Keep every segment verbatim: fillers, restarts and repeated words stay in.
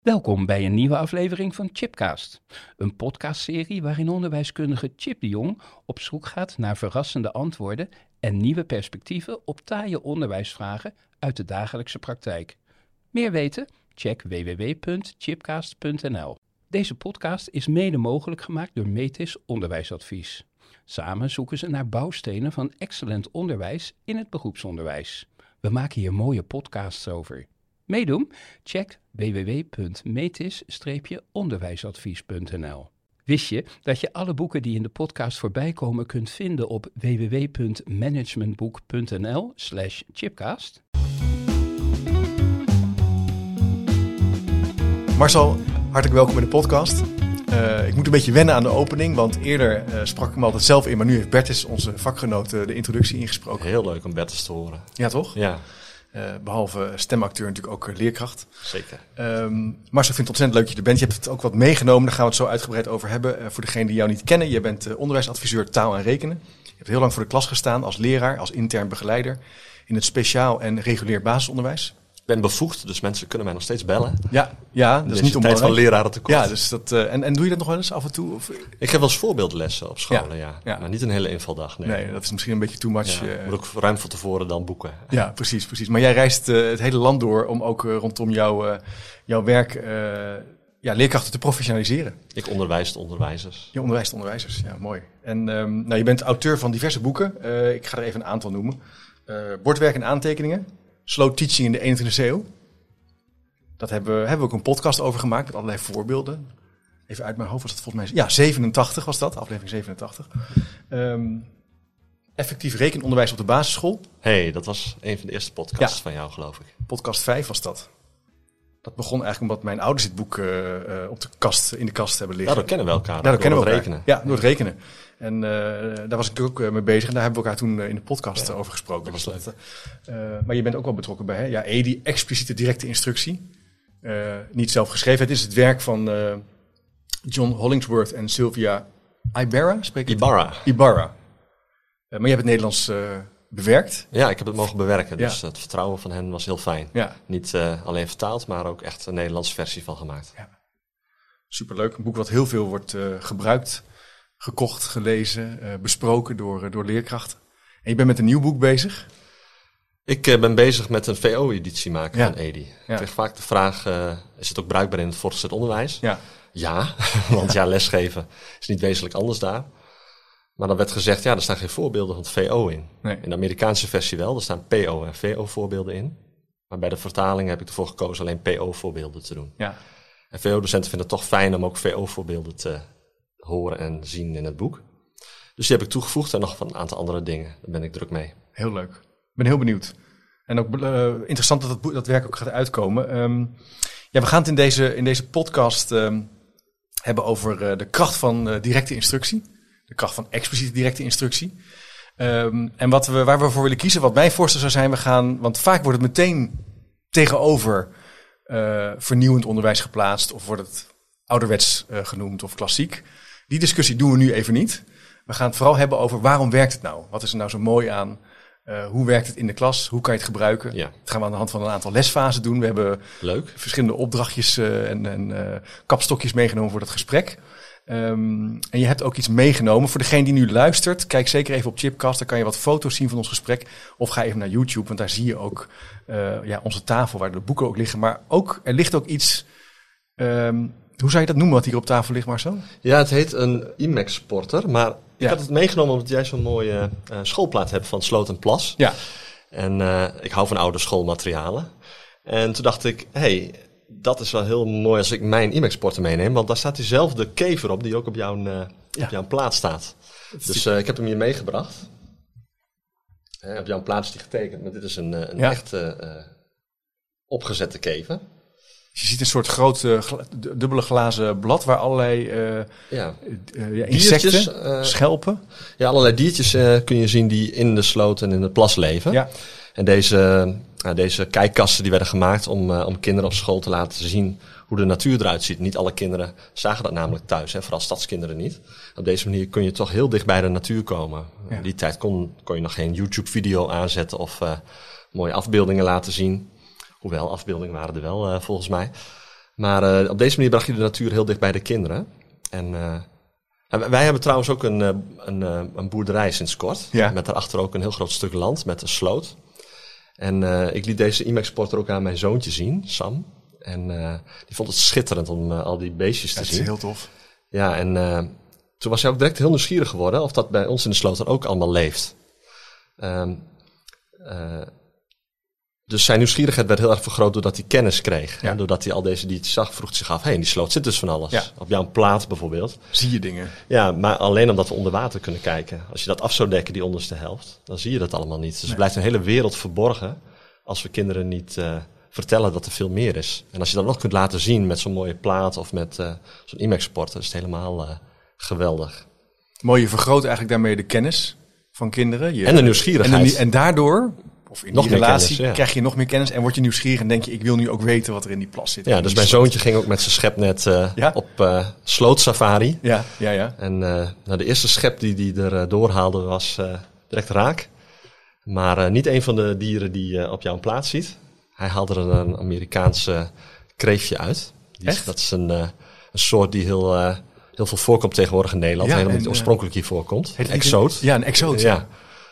Welkom bij een nieuwe aflevering van Chipcast, een podcastserie waarin onderwijskundige Chip de Jong op zoek gaat naar verrassende antwoorden en nieuwe perspectieven op taaie onderwijsvragen uit de dagelijkse praktijk. Meer weten? Check w w w punt chipcast punt n l. Deze podcast is mede mogelijk gemaakt door Metis Onderwijsadvies. Samen zoeken ze naar bouwstenen van excellent onderwijs in het beroepsonderwijs. We maken hier mooie podcasts over. Meedoen? Check w w w punt metis onderwijsadvies punt n l. Wist je dat je alle boeken die in de podcast voorbij komen kunt vinden op w w w punt managementboek punt n l slash chipcast? Marcel, hartelijk welkom in de podcast. Uh, ik moet een beetje wennen aan de opening, want eerder uh, sprak ik me altijd zelf in, maar nu heeft Bertus, onze vakgenoot, uh, de introductie ingesproken. Heel leuk om Bertus te horen. Ja, toch? Ja. Uh, behalve stemacteur natuurlijk ook uh, leerkracht. Zeker. Um, Marcel, ik vind het ontzettend leuk dat je er bent. Je hebt het ook wat meegenomen, daar gaan we het zo uitgebreid over hebben. Uh, voor degenen die jou niet kennen, je bent uh, onderwijsadviseur taal en rekenen. Je hebt heel lang voor de klas gestaan als leraar, als intern begeleider in het speciaal en regulier basisonderwijs. Ik ben bevoegd, dus mensen kunnen mij nog steeds bellen. Ja, ja, dat is niet de tijd van leraren tekort. Ja, dus dat, uh, en, en doe je dat nog wel eens af en toe? Of? Ik geef wel eens voorbeeldlessen op scholen, ja. ja. ja. Maar niet een hele invaldag. Nee, nee dat is misschien een beetje too much. Ja, uh, moet ook ruim van tevoren dan boeken. Ja, precies, precies. Maar jij reist uh, het hele land door om ook uh, rondom jou, uh, jouw werk uh, ja, leerkrachten te professionaliseren. Ik onderwijs de onderwijzers. Je onderwijst de onderwijzers, ja, mooi. En um, nou, je bent auteur van diverse boeken. Uh, ik ga er even een aantal noemen. Uh, Bordwerk en aantekeningen. Slow Teaching in de eenentwintigste eeuw. Dat hebben we, hebben we ook een podcast over gemaakt met allerlei voorbeelden. Even uit mijn hoofd was dat volgens mij... Ja, zevenentachtig was dat, aflevering zevenentachtig. Um, effectief rekenonderwijs op de basisschool. Hé, hey, dat was een van de eerste podcasts ja. van jou, geloof ik. Podcast vijf was dat. Dat begon eigenlijk omdat mijn ouders dit boek uh, uh, op de kast, in de kast hebben liggen. Daardoor kennen we elkaar. Daardoor kennen we elkaar. Rekenen. Ja, door het rekenen. En uh, daar was ik ook uh, mee bezig. En daar hebben we elkaar toen uh, in de podcast ja, uh, over gesproken. Dat was leuk. Uh, maar je bent ook wel betrokken bij, hè? Ja, E D I, expliciete directe instructie. Uh, niet zelf geschreven. Het is het werk van uh, John Hollingsworth en Sylvia Ibarra. Spreek ik Ibarra. Het? Ibarra. Uh, maar je hebt het Nederlands uh, bewerkt. Ja, ik heb het mogen bewerken. Dus ja. het vertrouwen van hen was heel fijn. Ja. Niet uh, alleen vertaald, maar ook echt een Nederlandse versie van gemaakt. Ja. Superleuk. Een boek wat heel veel wordt uh, gebruikt, gekocht, gelezen, uh, besproken door, uh, door leerkrachten. En je bent met een nieuw boek bezig. Ik uh, ben bezig met een V O-editie maken ja. van E D I. Ik ja. krijg vaak de vraag, uh, is het ook bruikbaar in het voortgezet onderwijs? Ja, ja want ja, lesgeven is niet wezenlijk anders daar. Maar dan werd gezegd, ja, er staan geen voorbeelden van het V O in. Nee. In de Amerikaanse versie wel, er staan P O en V O-voorbeelden in. Maar bij de vertaling heb ik ervoor gekozen alleen P O-voorbeelden te doen. Ja. En V O-docenten vinden het toch fijn om ook V O-voorbeelden te horen en zien in het boek. Dus die heb ik toegevoegd en nog van een aantal andere dingen. Daar ben ik druk mee. Heel leuk. Ik ben heel benieuwd. En ook uh, interessant dat het boek, dat werk ook gaat uitkomen. Um, ja, we gaan het in deze, in deze podcast um, hebben over uh, de kracht van uh, directe instructie. De kracht van expliciete directe instructie. Um, en wat we, waar we voor willen kiezen, wat mijn voorstel zou zijn, we gaan, want vaak wordt het meteen tegenover uh, vernieuwend onderwijs geplaatst, of wordt het ouderwets uh, genoemd of klassiek. Die discussie doen we nu even niet. We gaan het vooral hebben over waarom werkt het nou? Wat is er nou zo mooi aan? Uh, hoe werkt het in de klas? Hoe kan je het gebruiken? Ja. Dat gaan we aan de hand van een aantal lesfasen doen. We hebben Leuk. verschillende opdrachtjes uh, en, en uh, kapstokjes meegenomen voor dat gesprek. Um, en je hebt ook iets meegenomen. Voor degene die nu luistert, kijk zeker even op Chipcast. Dan kan je wat foto's zien van ons gesprek. Of ga even naar YouTube, want daar zie je ook uh, ja, onze tafel waar de boeken ook liggen. Maar ook, er ligt ook iets... Um, hoe zou je dat noemen wat hier op tafel ligt, Marcel? Ja, het heet een IMEX-porter, maar ik ja. had het meegenomen omdat jij zo'n mooie uh, schoolplaat hebt van Sloot en Plas. Ja. En uh, ik hou van oude schoolmaterialen. En toen dacht ik, hé, hey, dat is wel heel mooi als ik mijn IMEX-porter meeneem, want daar staat diezelfde kever op die ook op jouw, uh, ja. op jouw plaat staat. Dus uh, ik heb hem hier meegebracht. Uh, op jouw plaat is die getekend, maar dit is een, een ja. echte uh, opgezette kever. Je ziet een soort groot uh, gla- dubbele glazen blad waar allerlei uh, ja. uh, ja, insecten, diertjes, uh, schelpen. Ja, allerlei diertjes uh, kun je zien die in de sloot en in het plas leven. Ja. En deze, uh, deze kijkkasten die werden gemaakt om, uh, om kinderen op school te laten zien hoe de natuur eruit ziet. Niet alle kinderen zagen dat namelijk thuis, hè, vooral stadskinderen niet. Op deze manier kun je toch heel dicht bij de natuur komen. Ja. In die tijd kon, kon je nog geen YouTube-video aanzetten of uh, mooie afbeeldingen laten zien. Hoewel, afbeeldingen waren er wel uh, volgens mij. Maar uh, op deze manier bracht je de natuur heel dicht bij de kinderen. En uh, wij hebben trouwens ook een, een, een boerderij sinds kort. Ja. Met daarachter ook een heel groot stuk land met een sloot. En uh, ik liet deze IMAX-porter ook aan mijn zoontje zien, Sam. En uh, die vond het schitterend om uh, al die beestjes te ja, zien. Dat is heel tof. Ja, en uh, toen was hij ook direct heel nieuwsgierig geworden of dat bij ons in de sloot dan ook allemaal leeft. Um, uh, dus zijn nieuwsgierigheid werd heel erg vergroot doordat hij kennis kreeg. Ja. Hè? Doordat hij al deze diertjes zag, vroeg hij zich af, hé, hey, in die sloot zit dus van alles. Ja. Op jouw plaat bijvoorbeeld. Zie je dingen. Ja, maar alleen omdat we onder water kunnen kijken. Als je dat af zou dekken, die onderste helft, dan zie je dat allemaal niet. Dus nee. er blijft een hele wereld verborgen als we kinderen niet uh, vertellen dat er veel meer is. En als je dat nog kunt laten zien met zo'n mooie plaat of met uh, zo'n IMAX-porter, is het helemaal uh, geweldig. Mooi, je vergroot eigenlijk daarmee de kennis van kinderen. Je, en de nieuwsgierigheid. En, de, en daardoor, of in nog die relatie, kennis, ja. krijg je nog meer kennis en word je nieuwsgierig en denk je, ik wil nu ook weten wat er in die plas zit. Ja, dus mijn zoontje ging ook met zijn schepnet uh, ja? op uh, slootsafari. Ja, ja, ja. En uh, nou, de eerste schep die hij er uh, doorhaalde was uh, direct raak. Maar uh, niet een van de dieren die je uh, op jouw plaats ziet. Hij haalde er een Amerikaanse kreefje uit. Die, Echt? Dat is een, uh, een soort die heel, uh, heel veel voorkomt tegenwoordig in Nederland. Ja, helemaal en, niet oorspronkelijk hier voorkomt. Heet exoot. Ja, een exoot. Ja.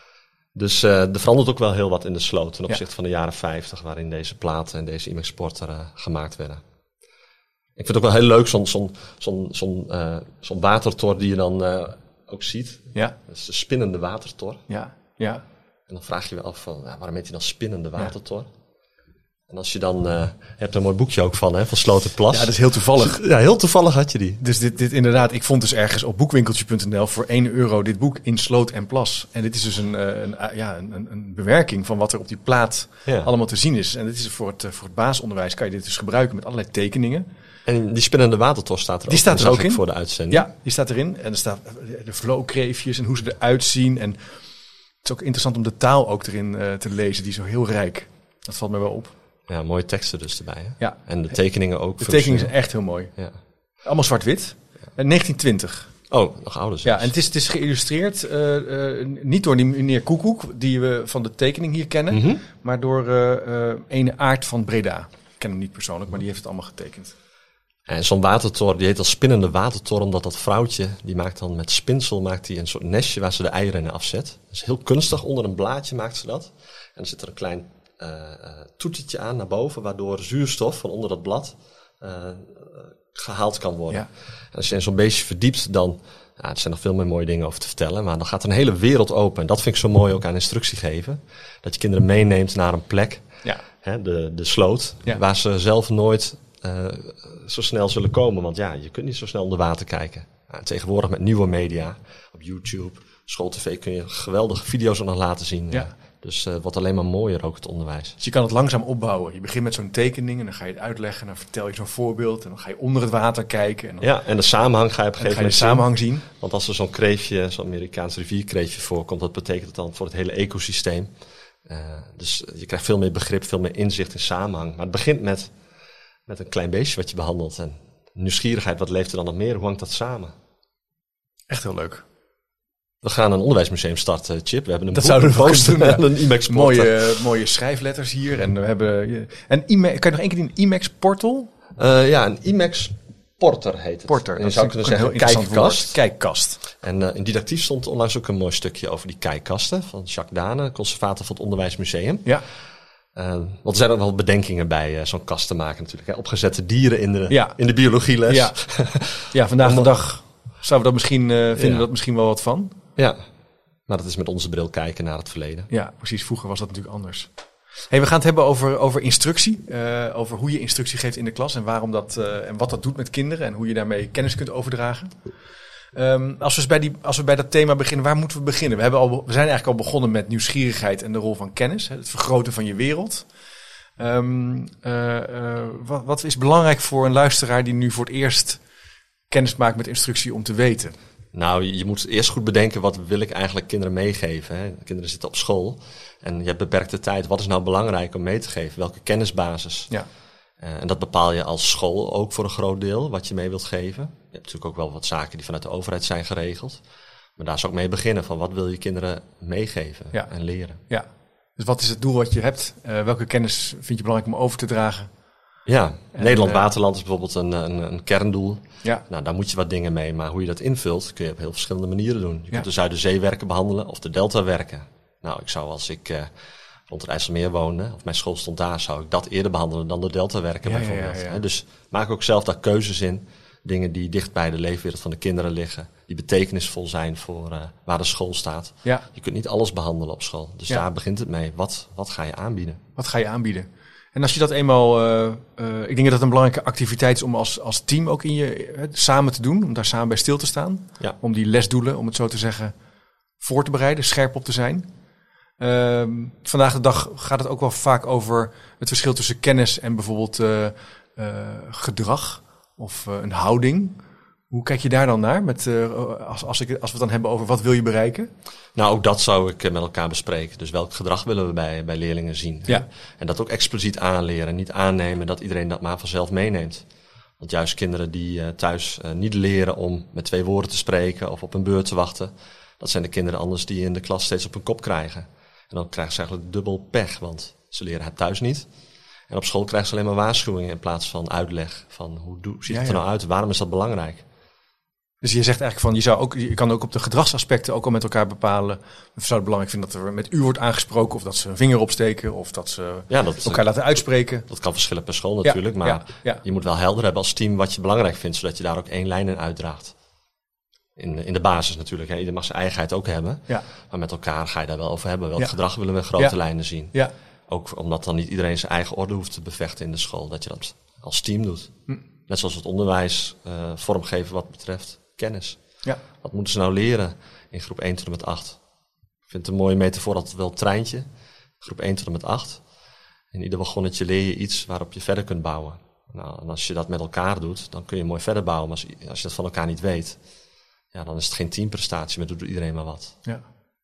Dus uh, er verandert ook wel heel wat in de sloot ten opzichte ja. van de jaren vijftig, waarin deze platen en deze IMAX-porter uh, gemaakt werden. Ik vind het ook wel heel leuk, zo'n zo'n zo'n zo'n uh, zo'n watertor die je dan uh, ook ziet. Ja. Dat is de spinnende watertor. Ja, ja. En dan vraag je je af, van, ja, waarom heet hij dan spinnende watertor? Ja. En als je dan, uh, je hebt er een mooi boekje ook van, hè, van Sloterplas. Ja, dat is heel toevallig. Ja, heel toevallig had je die. Dus dit, dit inderdaad, ik vond dus ergens op boekwinkeltje punt n l voor één euro dit boek in sloot en plas. En dit is dus een, een, ja, een, een bewerking van wat er op die plaat ja. allemaal te zien is. En dit is voor het, voor het basisonderwijs kan je dit dus gebruiken met allerlei tekeningen. En die spinnende watertor staat er die ook, staat er ook in voor de uitzending. Ja, die staat erin. En er staat de vlookreefjes en hoe ze eruit zien. En het is ook interessant om de taal ook erin uh, te lezen. Die is zo heel rijk. Dat valt me wel op. Ja, mooie teksten dus erbij. Hè? Ja. En de tekeningen ook. De tekeningen zijn echt heel mooi. Ja. Allemaal zwart-wit. Ja. En negentien twintig. Oh, nog ouder. Ja, en het is, het is geïllustreerd uh, uh, niet door die meneer Koekoek, die we van de tekening hier kennen, mm-hmm. maar door uh, uh, ene Aart van Breda. Ik ken hem niet persoonlijk, maar die heeft het allemaal getekend. En zo'n watertor, die heet als spinnende watertor, omdat dat vrouwtje, die maakt dan met spinsel maakt die een soort nestje waar ze de eieren in afzet. Dat is heel kunstig, onder een blaadje maakt ze dat. En dan zit er een klein uh, uh, toetertje aan naar boven, waardoor zuurstof van onder dat blad uh, uh, gehaald kan worden. Ja. En als je in zo'n beestje verdiept, dan, ja, er zijn nog veel meer mooie dingen over te vertellen, maar dan gaat er een hele wereld open. En dat vind ik zo mooi ook aan instructie geven. Dat je kinderen meeneemt naar een plek, ja. hè, de, de sloot, ja. waar ze zelf nooit uh, zo snel zullen komen. Want ja, je kunt niet zo snel onder water kijken. Ja, tegenwoordig met nieuwe media, op YouTube, schooltv kun je geweldige video's nog laten zien. Ja. Dus het uh, wordt alleen maar mooier ook het onderwijs. Dus je kan het langzaam opbouwen. Je begint met zo'n tekening en dan ga je het uitleggen en dan vertel je zo'n voorbeeld en dan ga je onder het water kijken. En dan ja, en de samenhang ga je op een gegeven moment de samenhang zien. zien. Want als er zo'n kreefje, zo'n Amerikaans rivierkreefje voorkomt, dat betekent het dan voor het hele ecosysteem. Uh, dus je krijgt veel meer begrip, veel meer inzicht in samenhang. Maar het begint met, met een klein beestje wat je behandelt. En nieuwsgierigheid, wat leeft er dan nog meer? Hoe hangt dat samen? Echt heel leuk. We gaan een onderwijsmuseum starten, Chip. We hebben een dat zouden we poster en een IMAX mooie, mooie schrijfletters hier. En we hebben en IMAX, kan je nog één keer die IMAX portal? Uh, ja, een IMAX porter heet het. Porter. En je zou kunnen zeggen kijkkast. Kijkkast. En uh, in didactief stond onlangs ook een mooi stukje over die kijkkasten van Jacques Dane, conservator van het Onderwijsmuseum. Ja. Uh, want er zijn ook wel bedenkingen bij uh, zo'n kast te maken natuurlijk. Hè? Opgezette dieren in de, ja. in de biologieles. Ja, ja vandaag de dag zouden we dat misschien, uh, vinden ja. we dat misschien wel wat van. Ja, maar dat is met onze bril kijken naar het verleden. Ja, precies. Vroeger was dat natuurlijk anders. Hey, we gaan het hebben over, over instructie. Uh, over hoe je instructie geeft in de klas en waarom dat uh, en wat dat doet met kinderen en hoe je daarmee kennis kunt overdragen. Um, als, we bij die, als we bij dat thema beginnen, waar moeten we beginnen? We, hebben al, we zijn eigenlijk al begonnen met nieuwsgierigheid en de rol van kennis. Hè, het vergroten van je wereld. Um, uh, uh, wat, wat is belangrijk voor een luisteraar die nu voor het eerst kennis maakt met instructie om te weten? Nou, je moet eerst goed bedenken, wat wil ik eigenlijk kinderen meegeven? Hè? Kinderen zitten op school en je hebt beperkte tijd. Wat is nou belangrijk om mee te geven? Welke kennisbasis? Ja. Uh, en dat bepaal je als school ook voor een groot deel, wat je mee wilt geven. Je hebt natuurlijk ook wel wat zaken die vanuit de overheid zijn geregeld. Maar daar zou ik mee beginnen, van wat wil je kinderen meegeven ja. en leren? Ja. Dus wat is het doel wat je hebt? Uh, welke kennis vind je belangrijk om over te dragen? Ja, En, Nederland uh, Waterland is bijvoorbeeld een, een, een kerndoel. Ja. Nou, daar moet je wat dingen mee. Maar hoe je dat invult, kun je op heel verschillende manieren doen. Je Ja. kunt de Zuiderzeewerken behandelen of de Deltawerken. Nou, ik zou als ik uh, rond het IJsselmeer woonde, of mijn school stond daar, zou ik dat eerder behandelen dan de Deltawerken Ja, bijvoorbeeld. ja, ja, ja. Dus maak ook zelf daar keuzes in. Dingen die dicht bij de leefwereld van de kinderen liggen. Die betekenisvol zijn voor uh, waar de school staat. Ja. Je kunt niet alles behandelen op school. Dus Ja. daar begint het mee. Wat, wat ga je aanbieden? Wat ga je aanbieden? En als je dat eenmaal... Uh, uh, ik denk dat het een belangrijke activiteit is om als, als team ook in je uh, samen te doen. Om daar samen bij stil te staan. Ja. Om die lesdoelen, om het zo te zeggen, voor te bereiden. Scherp op te zijn. Uh, vandaag de dag gaat het ook wel vaak over het verschil tussen kennis en bijvoorbeeld uh, uh, gedrag. Of uh, een houding. Hoe kijk je daar dan naar? Met, uh, als, als, ik, als we het dan hebben over wat wil je bereiken? Nou, ook dat zou ik met elkaar bespreken. Dus welk gedrag willen we bij, bij leerlingen zien? Ja. En dat ook expliciet aanleren. Niet aannemen dat iedereen dat maar vanzelf meeneemt. Want juist kinderen die uh, thuis uh, niet leren om met twee woorden te spreken of op een beurt te wachten. Dat zijn de kinderen anders die in de klas steeds op hun kop krijgen. En dan krijgen ze eigenlijk dubbel pech, want ze leren het thuis niet. En op school krijgen ze alleen maar waarschuwingen in plaats van uitleg van hoe, doe, hoe ziet Ja, het er ja. nou uit? Waarom is dat belangrijk? Dus je zegt eigenlijk van, je, zou ook, je kan ook op de gedragsaspecten ook al met elkaar bepalen. We zouden het belangrijk vinden dat er met u wordt aangesproken, of dat ze een vinger opsteken, of dat ze Ja, dat, elkaar laten uitspreken. dat kan verschillen per school natuurlijk, Ja, maar ja, ja. je moet wel helder hebben als team wat je belangrijk vindt, zodat je daar ook één lijn in uitdraagt. In, in de basis natuurlijk, hè. Ieder mag zijn eigenheid ook hebben, Ja, maar met elkaar ga je daar wel over hebben. Welk Ja. gedrag willen we in grote Ja. lijnen zien? ja, Ook omdat dan niet iedereen zijn eigen orde hoeft te bevechten in de school, dat je dat als team doet. Hm. Net zoals het onderwijs uh, vormgeven wat betreft kennis. ja, Wat moeten ze nou leren in groep één tot en met acht? Ik vind het een mooie metafoor altijd wel het treintje. Groep één tot en met acht. In ieder wagonnetje leer je iets waarop je verder kunt bouwen. Nou, en als je dat met elkaar doet, dan kun je mooi verder bouwen. Maar als, als je dat van elkaar niet weet, ja, dan is het geen teamprestatie, maar doet iedereen maar wat. ja.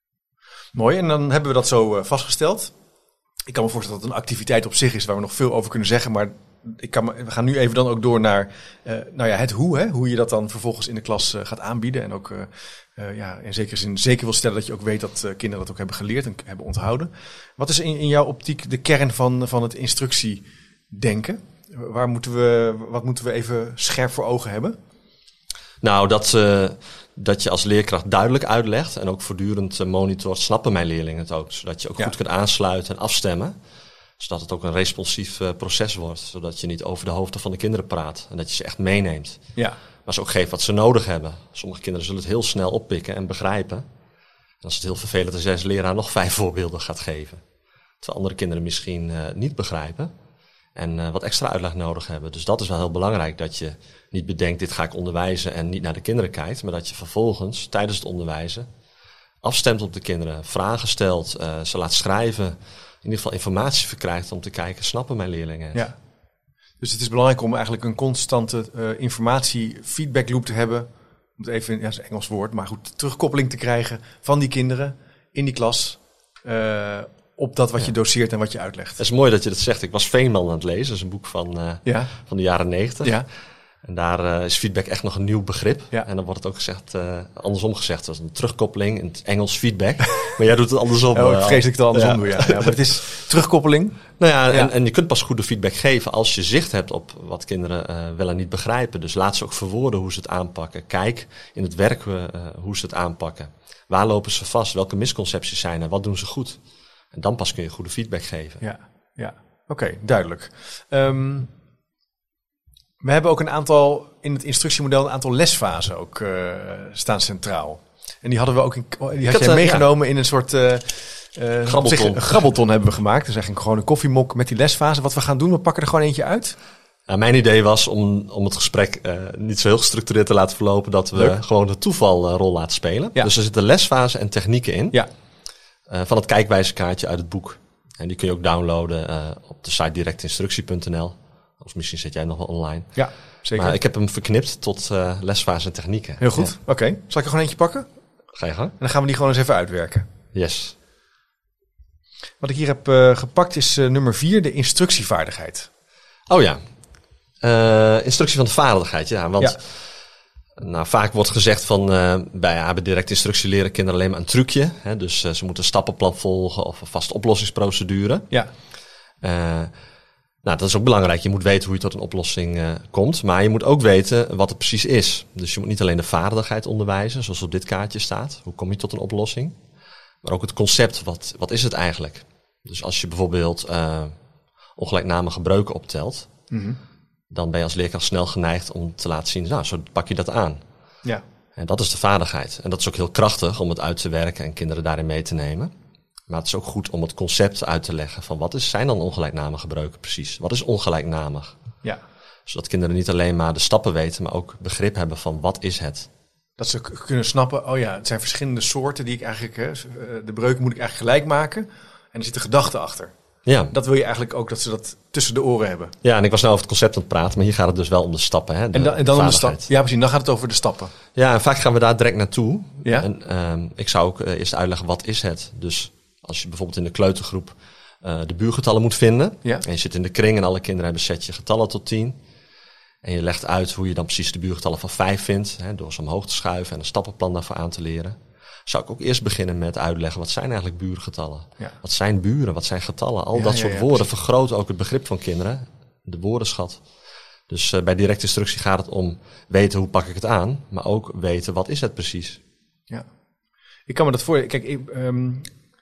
Mooi, en dan hebben we dat zo uh, vastgesteld. Ik kan me voorstellen dat het een activiteit op zich is waar we nog veel over kunnen zeggen, maar ik kan me, we gaan nu even dan ook door naar uh, nou ja, het hoe, hè? Hoe je dat dan vervolgens in de klas uh, gaat aanbieden. En ook uh, uh, ja, in zekere zin zeker wil stellen dat je ook weet dat uh, kinderen dat ook hebben geleerd en hebben onthouden. Wat is in, in jouw optiek de kern van, van het instructiedenken? Waar moeten we, wat moeten we even scherp voor ogen hebben? Nou, dat, uh, dat je als leerkracht duidelijk uitlegt en ook voortdurend uh, monitort, snappen mijn leerlingen het ook. Zodat je ook Ja. goed kunt aansluiten en afstemmen. Zodat het ook een responsief uh, proces wordt. Zodat je niet over de hoofden van de kinderen praat en dat je ze echt meeneemt. Ja, Maar ze ook geeft wat ze nodig hebben. Sommige kinderen zullen het heel snel oppikken en begrijpen. En als het heel vervelend is, als de leraar nog vijf voorbeelden gaat geven. Terwijl andere kinderen misschien uh, niet begrijpen. En uh, wat extra uitleg nodig hebben. Dus dat is wel heel belangrijk. Dat je niet bedenkt, dit ga ik onderwijzen en niet naar de kinderen kijkt. Maar dat je vervolgens tijdens het onderwijzen afstemt op de kinderen. Vragen stelt, uh, ze laat schrijven. In ieder geval informatie verkrijgt om te kijken, snappen mijn leerlingen het? ja. Dus het is belangrijk om eigenlijk een constante uh, informatie-feedback loop te hebben. Om het even, ja, dat is een Engels woord, maar goed, terugkoppeling te krijgen van die kinderen in die klas. Uh, op dat wat Ja. je doseert en wat je uitlegt. Het is mooi dat je dat zegt. Ik was Veenman aan het lezen. Dat is een boek van, uh, Ja, van de jaren negentig. ja, En daar uh, is feedback echt nog een nieuw begrip. Ja. En dan wordt het ook gezegd, uh, andersom gezegd. Dat is een terugkoppeling, in het Engels feedback. Maar jij doet het andersom. oh, ik uh, vrees dat ik het andersom ja. doe. Ja. Ja, maar het is terugkoppeling. Nou ja, Ja. En, en je kunt pas goede feedback geven als je zicht hebt op wat kinderen uh, wel en niet begrijpen. Dus laat ze ook verwoorden hoe ze het aanpakken. Kijk in het werk uh, hoe ze het aanpakken. Waar lopen ze vast? Welke misconcepties zijn er? Wat doen ze goed? En dan pas kun je goede feedback geven. Ja, ja. Oké, okay, duidelijk. Um, we hebben ook een aantal, in het instructiemodel, een aantal lesfasen ook uh, staan centraal. En die hadden we ook in, die had had, jij uh, meegenomen ja. in een soort uh, uh, Grabbelton. Zich, een grabbelton hebben we gemaakt. Dat is eigenlijk gewoon een koffiemok met die lesfase. Wat we gaan doen, we pakken er gewoon eentje uit. Nou, mijn idee was om, om het gesprek uh, niet zo heel gestructureerd te laten verlopen, dat we Leuk. gewoon de toevalrol laten spelen. Ja. Dus er zitten lesfase en technieken in. Ja, Uh, van het kijkwijzerkaartje uit het boek. En die kun je ook downloaden uh, op de site directinstructie punt n l. Of misschien zet jij nog wel online. ja, zeker. Maar ik heb hem verknipt tot uh, lesfase en technieken. Heel goed. Ja. Oké, okay. Zal ik er gewoon eentje pakken? Ga je gang? En dan gaan we die gewoon eens even uitwerken. Yes. Wat ik hier heb uh, gepakt is uh, nummer vier, de instructievaardigheid. Oh ja. Uh, instructie van de vaardigheid. Ja, want Ja. Nou, vaak wordt gezegd van uh, bij A B direct instructie leren kinderen alleen maar een trucje. Hè? Dus uh, ze moeten een stappenplan volgen of een vaste oplossingsprocedure. Ja. Uh, Nou, dat is ook belangrijk. Je moet weten hoe je tot een oplossing uh, komt. Maar je moet ook weten wat het precies is. Dus je moet niet alleen de vaardigheid onderwijzen, zoals op dit kaartje staat. Hoe kom je tot een oplossing? Maar ook het concept. Wat, wat is het eigenlijk? Dus als je bijvoorbeeld uh, ongelijknamige breuken optelt, mm-hmm. dan ben je als leerkracht snel geneigd om te laten zien, nou, zo pak je dat aan. Ja. En dat is de vaardigheid. En dat is ook heel krachtig om het uit te werken en kinderen daarin mee te nemen. Maar het is ook goed om het concept uit te leggen van wat is, zijn dan ongelijknamige breuken precies? Wat is ongelijknamig? Ja. Zodat kinderen niet alleen maar de stappen weten, maar ook begrip hebben van wat is het? Dat ze k- kunnen snappen, oh ja, het zijn verschillende soorten die ik eigenlijk, hè, de breuken moet ik eigenlijk gelijk maken. En er zit een gedachte achter. Ja. Dat wil je eigenlijk ook, dat ze dat tussen de oren hebben. Ja, en ik was nou over het concept aan het praten, maar hier gaat het dus wel om de stappen. Hè, de en, da- en dan om de stappen. Ja, precies. Dan gaat het over de stappen. Ja, en vaak gaan we daar direct naartoe. Ja? En uh, ik zou ook uh, eerst uitleggen, wat is het? Dus als je bijvoorbeeld in de kleutergroep uh, de buurgetallen moet vinden. Ja. En je zit in de kring en alle kinderen hebben een setje getallen tot tien. En je legt uit hoe je dan precies de buurgetallen van vijf vindt. Hè, door ze omhoog te schuiven en een stappenplan daarvoor aan te leren. Zou ik ook eerst beginnen met uitleggen, wat zijn eigenlijk buurgetallen? Ja. Wat zijn buren? Wat zijn getallen? Al ja, dat ja, soort ja, woorden precies. vergroten ook het begrip van kinderen. De woordenschat. Dus uh, bij directe instructie gaat het om weten hoe pak ik het aan. Maar ook weten wat is het precies. Ja. Ik kan me dat voor. Kijk, ik, um,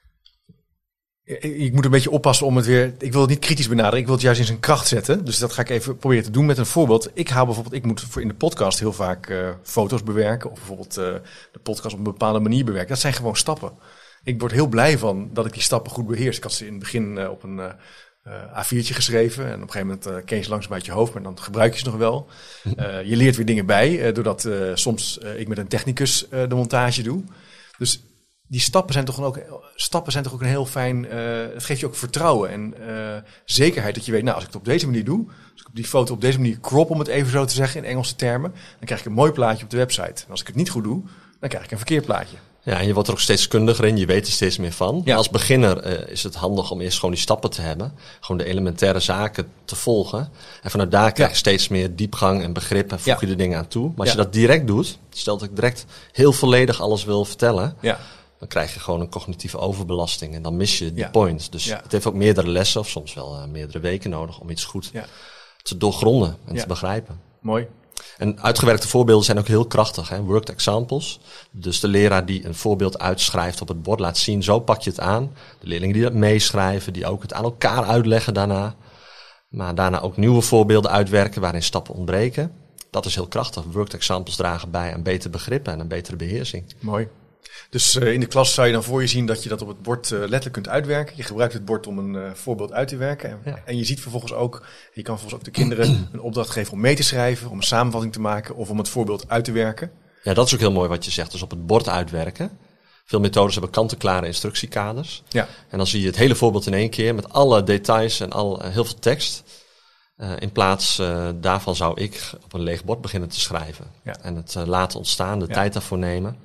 ik, ik moet een beetje oppassen om het weer. Ik wil het niet kritisch benaderen. Ik wil het juist in zijn kracht zetten. Dus dat ga ik even proberen te doen met een voorbeeld. Ik haal bijvoorbeeld. Ik moet voor in de podcast heel vaak uh, foto's bewerken. Of bijvoorbeeld uh, de podcast op een bepaalde manier bewerken. Dat zijn gewoon stappen. Ik word heel blij van dat ik die stappen goed beheers. Ik had ze in het begin uh, op een uh, uh, A viertje geschreven. En op een gegeven moment uh, ken je ze langzaam uit je hoofd. Maar dan gebruik je ze nog wel. Uh, je leert weer dingen bij. Uh, doordat uh, soms uh, ik met een technicus uh, de montage doe. Dus die stappen zijn toch ook, stappen zijn toch ook een heel fijn. Uh, het geeft je ook vertrouwen en uh, zekerheid dat je weet, nou, als ik het op deze manier doe, als ik op die foto op deze manier crop, om het even zo te zeggen in Engelse termen, dan krijg ik een mooi plaatje op de website. En als ik het niet goed doe, dan krijg ik een verkeerd plaatje. Ja, en je wordt er ook steeds kundiger in, je weet er steeds meer van. Ja. Als beginner uh, is het handig om eerst gewoon die stappen te hebben. Gewoon de elementaire zaken te volgen. En vanuit daar krijg je ja. steeds meer diepgang en begrip en voeg je ja. de dingen aan toe. Maar als ja. je dat direct doet, stel dat ik direct heel volledig alles wil vertellen, ja. dan krijg je gewoon een cognitieve overbelasting en dan mis je die ja. point. Dus ja. het heeft ook meerdere lessen of soms wel uh, meerdere weken nodig om iets goed ja. te doorgronden en ja. te begrijpen. Mooi. En uitgewerkte voorbeelden zijn ook heel krachtig. Hè? Worked examples. Dus de leraar die een voorbeeld uitschrijft op het bord laat zien, zo pak je het aan. De leerlingen die dat meeschrijven, die ook het aan elkaar uitleggen daarna. Maar daarna ook nieuwe voorbeelden uitwerken waarin stappen ontbreken. Dat is heel krachtig. Worked examples dragen bij aan beter begrip en een betere beheersing. Mooi. Dus uh, in de klas zou je dan voor je zien dat je dat op het bord uh, letterlijk kunt uitwerken. Je gebruikt het bord om een uh, voorbeeld uit te werken. En, ja. en je ziet vervolgens ook, je kan vervolgens ook de kinderen een opdracht geven om mee te schrijven, om een samenvatting te maken of om het voorbeeld uit te werken. Ja, dat is ook heel mooi wat je zegt. Dus op het bord uitwerken. Veel methodes hebben kant-en-klare instructiekaders. Ja. En dan zie je het hele voorbeeld in één keer met alle details en al, uh, heel veel tekst. Uh, in plaats uh, daarvan zou ik op een leeg bord beginnen te schrijven. Ja. En het uh, laten ontstaan, de ja. tijd daarvoor nemen.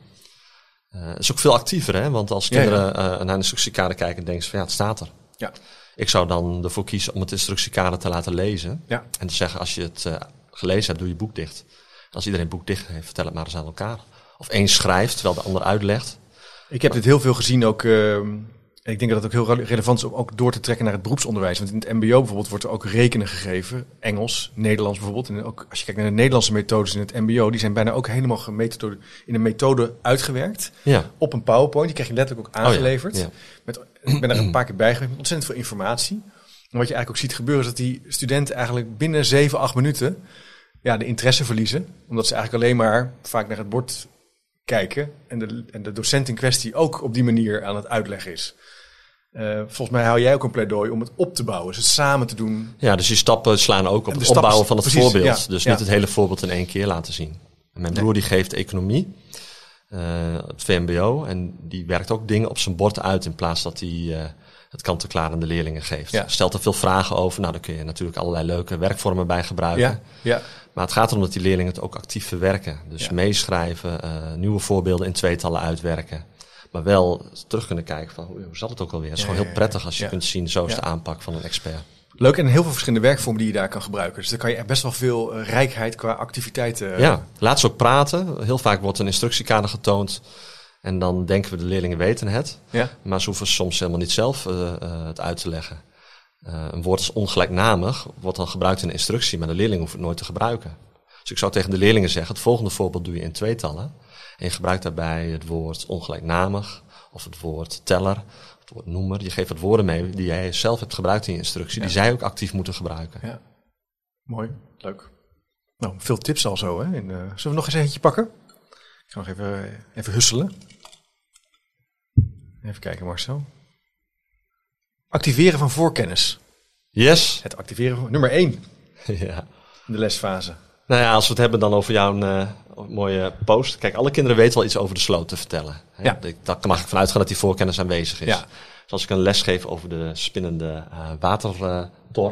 Het uh, is ook veel actiever, hè? Want als kinderen ja, ja. Uh, naar een instructiekader kijken en denken ze van ja, het staat er. Ja. Ik zou dan ervoor kiezen om het instructiekader te laten lezen. Ja. En te zeggen, als je het uh, gelezen hebt, doe je boek dicht. Als iedereen het boek dicht heeft, vertel het maar eens aan elkaar. Of één schrijft, terwijl de ander uitlegt. Ik heb dit heel veel gezien ook. Uh, ik denk dat het ook heel relevant is om ook door te trekken naar het beroepsonderwijs. Want in het mbo bijvoorbeeld wordt er ook rekenen gegeven. Engels, Nederlands bijvoorbeeld. En ook als je kijkt naar de Nederlandse methodes in het mbo, die zijn bijna ook helemaal gemethode, in een methode uitgewerkt. Ja. Op een PowerPoint. Die krijg je letterlijk ook aangeleverd. Oh ja. Ja. Met, ik ben er een paar keer bij geweest met ontzettend veel informatie. En wat je eigenlijk ook ziet gebeuren is dat die studenten eigenlijk binnen zeven, acht minuten ja, de interesse verliezen. Omdat ze eigenlijk alleen maar vaak naar het bord kijken. En de, en de docent in kwestie ook op die manier aan het uitleggen is. Uh, volgens mij hou jij ook een pleidooi om het op te bouwen. Dus het samen te doen. Ja, dus die stappen slaan ook op het stappen, opbouwen van het precies, voorbeeld. Ja, dus ja. niet het hele voorbeeld in één keer laten zien. En mijn broer nee. die geeft economie, uh, het V M B O. En die werkt ook dingen op zijn bord uit in plaats dat hij uh, het kant-en-klaar aan de leerlingen geeft. Ja. Stelt er veel vragen over. Nou, daar kun je natuurlijk allerlei leuke werkvormen bij gebruiken. Ja, ja. Maar het gaat erom dat die leerlingen het ook actief verwerken. Dus ja. meeschrijven, uh, nieuwe voorbeelden in tweetallen uitwerken. Maar wel terug kunnen kijken van hoe zat het ook alweer. Het is ja, gewoon heel prettig als je ja. kunt zien, zo is ja. de aanpak van een expert. Leuk en heel veel verschillende werkvormen die je daar kan gebruiken. Dus dan kan je best wel veel uh, rijkheid qua activiteiten. Ja, laat ze ook praten. Heel vaak wordt een instructiekader getoond. En dan denken we de leerlingen weten het. Ja. Maar ze hoeven soms helemaal niet zelf uh, uh, het uit te leggen. Uh, een woord als ongelijknamig wordt dan gebruikt in de instructie, maar de leerling hoeft het nooit te gebruiken. Dus ik zou tegen de leerlingen zeggen, het volgende voorbeeld doe je in tweetallen. En je gebruikt daarbij het woord ongelijknamig, of het woord teller, of het woord noemer. Je geeft wat woorden mee die jij zelf hebt gebruikt in je instructie, ja. die zij ook actief moeten gebruiken. Ja. Mooi, leuk. Nou, veel tips al zo, hè? In, uh, zullen we nog eens eentje pakken? Ik ga nog even, even husselen. Even kijken, Marcel. Activeren van voorkennis. Yes. Het activeren van nummer één. Ja. In de lesfase. Nou ja, als we het hebben dan over jouw uh, mooie post. Kijk, alle kinderen weten wel iets over de sloot te vertellen. Hè? Ja. Daar mag ik vanuit gaan dat die voorkennis aanwezig is. Ja. Dus als ik een les geef over de spinnende uh, watertor, uh,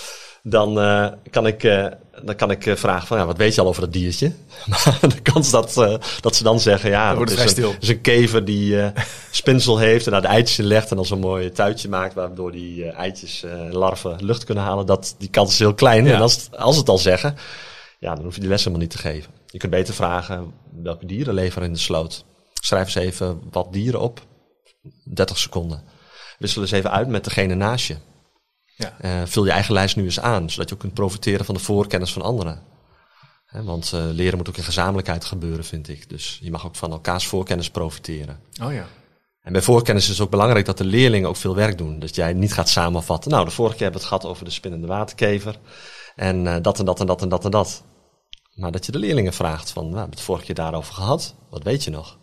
dan, uh, kan ik, uh, dan kan ik uh, vragen van, ja, wat weet je al over dat diertje? Maar de kans dat, uh, dat ze dan zeggen, ja, dat is een, is een kever die uh, spinsel heeft en daar de eitjes legt en dan zo'n mooi tuitje maakt, waardoor die uh, eitjes, uh, larven lucht kunnen halen. Dat, die kans is heel klein. Ja. En als, als ze het al zeggen, ja, dan hoef je die les helemaal niet te geven. Je kunt beter vragen, welke dieren leven er in de sloot? Schrijf eens even wat dieren op. dertig seconden. Wissel eens even uit met degene naast je. Ja. Uh, vul je eigen lijst nu eens aan, zodat je ook kunt profiteren van de voorkennis van anderen. He, want uh, leren moet ook in gezamenlijkheid gebeuren, vind ik. Dus je mag ook van elkaars voorkennis profiteren. Oh ja. En bij voorkennis is het ook belangrijk dat de leerlingen ook veel werk doen. Dat jij niet gaat samenvatten. Nou, de vorige keer hebben we het gehad over de spinnende waterkever. En uh, dat en dat en dat en dat en dat. Maar dat je de leerlingen vraagt van, nou, we hebben het vorige keer daarover gehad. Wat weet je nog?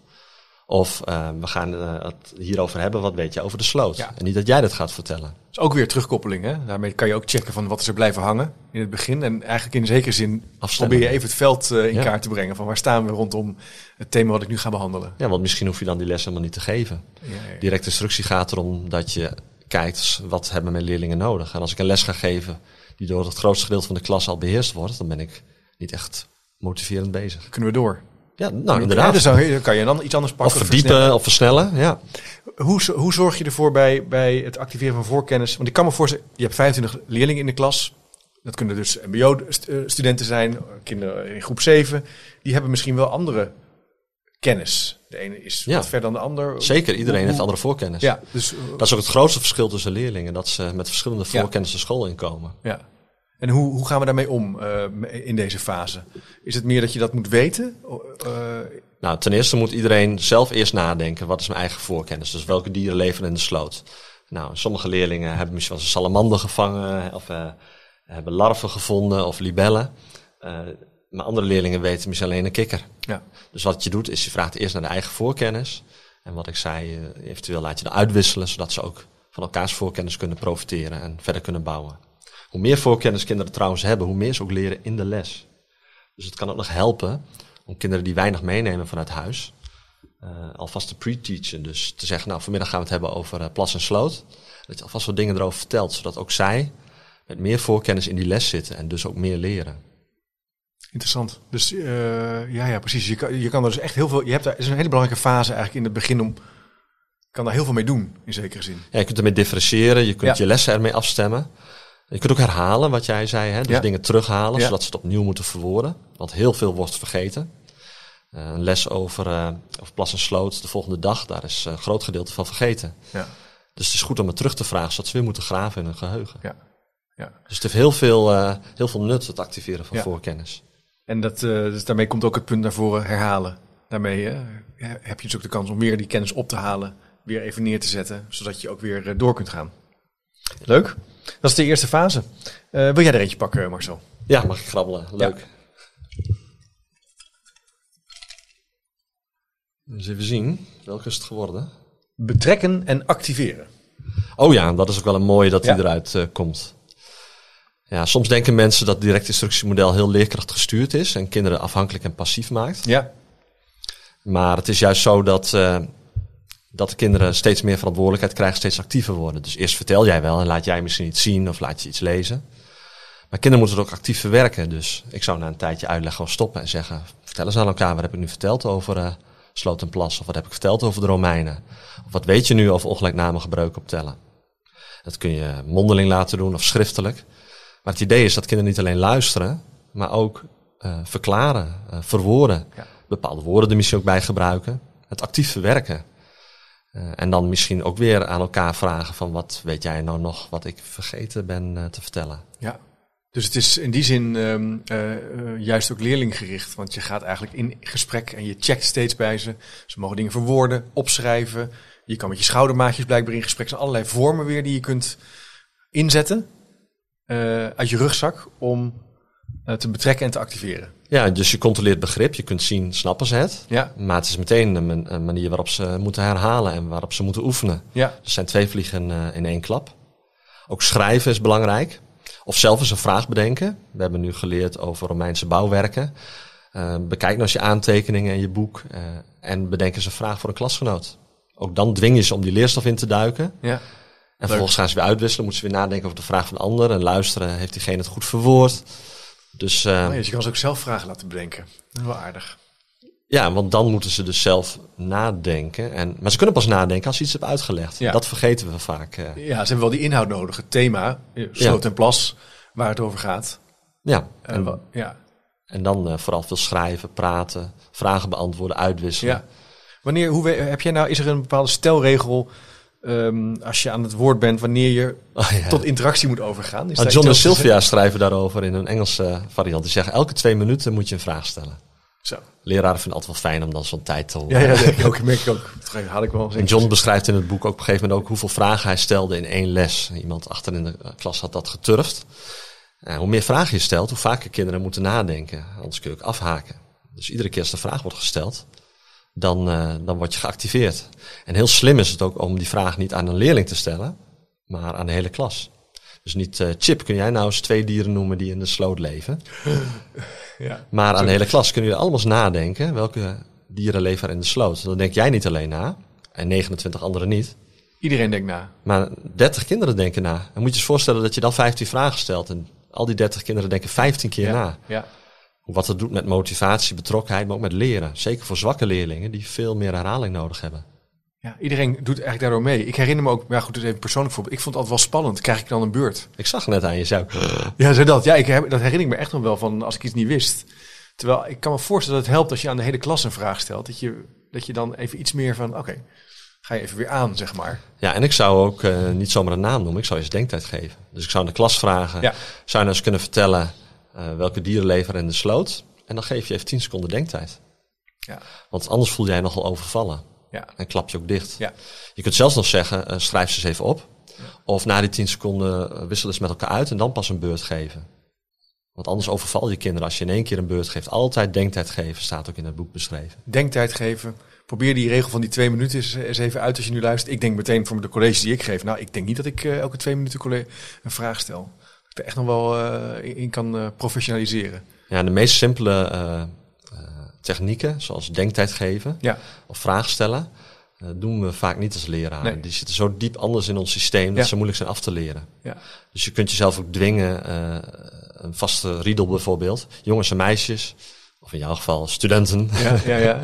Of uh, we gaan uh, het hierover hebben, wat weet je over de sloot? Ja. En niet dat jij dat gaat vertellen. Dat is ook weer terugkoppeling, hè? Daarmee kan je ook checken van wat is er blijven hangen in het begin. En eigenlijk in zekere zin afstemmen. Probeer je even het veld uh, in ja. kaart te brengen. Van waar staan we rondom het thema wat ik nu ga behandelen. Ja, want misschien hoef je dan die les helemaal niet te geven. Ja, ja, ja. Directe instructie gaat erom dat je kijkt, wat hebben mijn leerlingen nodig? En als ik een les ga geven die door het grootste gedeelte van de klas al beheerst wordt, dan ben ik niet echt motiverend bezig. Kunnen we door? Ja, nou inderdaad. Dus dan kan je dan iets anders pakken. Of verdiepen versnellen. of versnellen, ja. Hoe, hoe zorg je ervoor bij, bij het activeren van voorkennis? Want ik kan me voorstellen, je hebt vijfentwintig leerlingen in de klas. Dat kunnen dus M B O-studenten zijn, kinderen in groep zeven. Die hebben misschien wel andere kennis. De ene is ja. wat verder dan de ander. Zeker, iedereen hoe, heeft andere voorkennis. Ja, dus, dat is ook het grootste verschil tussen leerlingen. Dat ze met verschillende voorkennis ja. de school inkomen. Ja. En hoe, hoe gaan we daarmee om uh, in deze fase? Is het meer dat je dat moet weten? Uh, nou, ten eerste moet iedereen zelf eerst nadenken. Wat is mijn eigen voorkennis? Dus welke dieren leven in de sloot? Nou, sommige leerlingen hebben misschien wel een salamander gevangen. Of uh, hebben larven gevonden of libellen. Uh, maar andere leerlingen weten misschien alleen een kikker. Ja. Dus wat je doet is je vraagt eerst naar de eigen voorkennis. En wat ik zei, uh, eventueel laat je dat uitwisselen. Zodat ze ook van elkaars voorkennis kunnen profiteren en verder kunnen bouwen. Hoe meer voorkennis kinderen trouwens hebben, hoe meer ze ook leren in de les. Dus het kan ook nog helpen om kinderen die weinig meenemen vanuit huis, uh, alvast te pre-teachen. Dus te zeggen, nou vanmiddag gaan we het hebben over uh, plas en sloot. Dat je alvast wat dingen erover vertelt, zodat ook zij met meer voorkennis in die les zitten en dus ook meer leren. Interessant. Dus uh, ja, ja, precies. Je kan, je kan er dus echt heel veel. Je hebt daar is een hele belangrijke fase eigenlijk in het begin om. Kan daar heel veel mee doen, in zekere zin. Ja, je kunt ermee differentiëren, je kunt ja. je lessen ermee afstemmen. Je kunt ook herhalen wat jij zei, hè? Dus ja. dingen terughalen, ja. zodat ze het opnieuw moeten verwoorden. Want heel veel wordt vergeten. Uh, een les over, uh, over plas en sloot de volgende dag, daar is een groot gedeelte van vergeten. Ja. Dus het is goed om het terug te vragen, zodat ze weer moeten graven in hun geheugen. Ja. Ja. Dus het heeft heel veel, uh, heel veel nut, het activeren van ja. voorkennis. En dat, uh, dus daarmee komt ook het punt naar voren, herhalen. Daarmee uh, heb je dus ook de kans om weer die kennis op te halen, weer even neer te zetten, zodat je ook weer uh, door kunt gaan. Leuk. Dat is de eerste fase. Uh, wil jij er eentje pakken, Marcel? Ja, mag ik grabbelen. Leuk. Ja. Dus even zien. Welke is het geworden? Betrekken en activeren. Oh ja, dat is ook wel een mooie dat die ja. eruit uh, komt. Ja, soms denken mensen dat het direct instructiemodel heel leerkracht gestuurd is en kinderen afhankelijk en passief maakt. Ja. Maar het is juist zo dat... Uh, dat de kinderen steeds meer verantwoordelijkheid krijgen, steeds actiever worden. Dus eerst vertel jij wel en laat jij misschien iets zien of laat je iets lezen. Maar kinderen moeten het ook actief verwerken. Dus ik zou na een tijdje uitleg gewoon stoppen en zeggen, vertel eens aan elkaar, wat heb ik nu verteld over uh, Sloot en Plas? Of wat heb ik verteld over de Romeinen? Of wat weet je nu over ongelijknamige breuken op tellen? Dat kun je mondeling laten doen of schriftelijk. Maar het idee is dat kinderen niet alleen luisteren, maar ook uh, verklaren, uh, verwoorden. Ja. Bepaalde woorden er misschien ook bij gebruiken. Het actief verwerken. Uh, en dan misschien ook weer aan elkaar vragen van wat weet jij nou nog wat ik vergeten ben uh, te vertellen. Ja, dus het is in die zin um, uh, uh, juist ook leerlinggericht. Want je gaat eigenlijk in gesprek en je checkt steeds bij ze. Ze mogen dingen verwoorden, opschrijven. Je kan met je schoudermaatjes blijkbaar in gesprek. Er zijn allerlei vormen weer die je kunt inzetten uh, uit je rugzak om uh, te betrekken en te activeren. Ja, dus je controleert begrip. Je kunt zien, snappen ze het? Ja. Maar het is meteen een, een manier waarop ze moeten herhalen en waarop ze moeten oefenen. Ja. Er zijn twee vliegen uh, in één klap. Ook schrijven is belangrijk. Of zelf eens een vraag bedenken. We hebben nu geleerd over Romeinse bouwwerken. Uh, bekijk nou eens je aantekeningen en je boek. Uh, en bedenk eens een vraag voor een klasgenoot. Ook dan dwing je ze om die leerstof in te duiken. Ja. En vervolgens gaan ze weer uitwisselen. Moeten ze weer nadenken over de vraag van de ander. En luisteren, heeft diegene het goed verwoord? Dus, uh, oh ja, dus je kan ze ook zelf vragen laten bedenken. Dat is wel aardig. Ja, want dan moeten ze dus zelf nadenken. En, maar ze kunnen pas nadenken als je iets hebt uitgelegd. Ja. Dat vergeten we vaak. Uh. Ja, ze hebben wel die inhoud nodig. Het thema, sloot ja. en plas, waar het over gaat. Ja. En, en, ja. en dan uh, vooral veel schrijven, praten, vragen beantwoorden, uitwisselen. Ja. Wanneer, hoe, heb jij nou, is er een bepaalde stelregel um, als je aan het woord bent, wanneer je oh, ja. tot interactie moet overgaan? Is ah, John en Sylvia schrijven daarover in een Engelse variant. Die zeggen, elke twee minuten moet je een vraag stellen. Zo. Leraren vinden het altijd wel fijn om dan zo'n tijd te horen. Ja, ja, dat ook, merk ik ook. Dat haal ik wel. En John beschrijft in het boek ook op een gegeven moment ook hoeveel vragen hij stelde in één les. Iemand achter in de klas had dat geturfd. En hoe meer vragen je stelt, hoe vaker kinderen moeten nadenken. Anders kun je ook afhaken. Dus iedere keer als de vraag wordt gesteld, dan, uh, dan word je geactiveerd. En heel slim is het ook om die vraag niet aan een leerling te stellen, maar aan de hele klas. Dus niet, uh, Chip, kun jij nou eens twee dieren noemen die in de sloot leven? Ja, maar aan de hele klas kunnen jullie allemaal eens nadenken, welke dieren leven er in de sloot? Dan denk jij niet alleen na, en negenentwintig anderen niet. Iedereen denkt na. Maar dertig kinderen denken na. Dan moet je je eens voorstellen dat je dan vijftien vragen stelt. En al die dertig kinderen denken vijftien keer ja, na. Ja. Wat het doet met motivatie, betrokkenheid, maar ook met leren. Zeker voor zwakke leerlingen die veel meer herhaling nodig hebben. Ja, iedereen doet eigenlijk daardoor mee. Ik herinner me ook, ja goed, dus even persoonlijk voorbeeld. Ik vond het altijd wel spannend. Krijg ik dan een beurt? Ik zag net aan je, zei Ja, zo dat. Ja, ik heb, dat herinner ik me echt nog wel van als ik iets niet wist. Terwijl ik kan me voorstellen dat het helpt als je aan de hele klas een vraag stelt. Dat je, dat je dan even iets meer van, oké, okay, ga je even weer aan, zeg maar. Ja, en ik zou ook uh, niet zomaar een naam noemen. Ik zou je eens denktijd geven. Dus ik zou aan de klas vragen. Ja. Zou je nou eens kunnen vertellen uh, welke dieren leven er in de sloot? En dan geef je even tien seconden denktijd. Ja. Want anders voel jij je nogal overvallen. Ja. En klap je ook dicht. Ja. Je kunt zelfs nog zeggen, uh, schrijf ze eens even op. Ja. Of na die tien seconden uh, wisselen ze met elkaar uit en dan pas een beurt geven. Want anders overval je kinderen als je in één keer een beurt geeft. Altijd denktijd geven, staat ook in het boek beschreven. Denktijd geven. Probeer die regel van die twee minuten eens, eens even uit als je nu luistert. Ik denk meteen voor de colleges die ik geef. Nou, ik denk niet dat ik uh, elke twee minuten colle- een vraag stel. Dat ik er echt nog wel uh, in kan uh, professionaliseren. Ja, de meest simpele uh, uh, technieken, zoals denktijd geven ja. of vragen stellen, uh, doen we vaak niet als leraren. Nee. Die zitten zo diep anders in ons systeem dat ja. ze moeilijk zijn af te leren. Ja. Dus je kunt jezelf ook dwingen, uh, een vaste riedel bijvoorbeeld, jongens en meisjes, of in jouw geval studenten. Ja, ja, ja.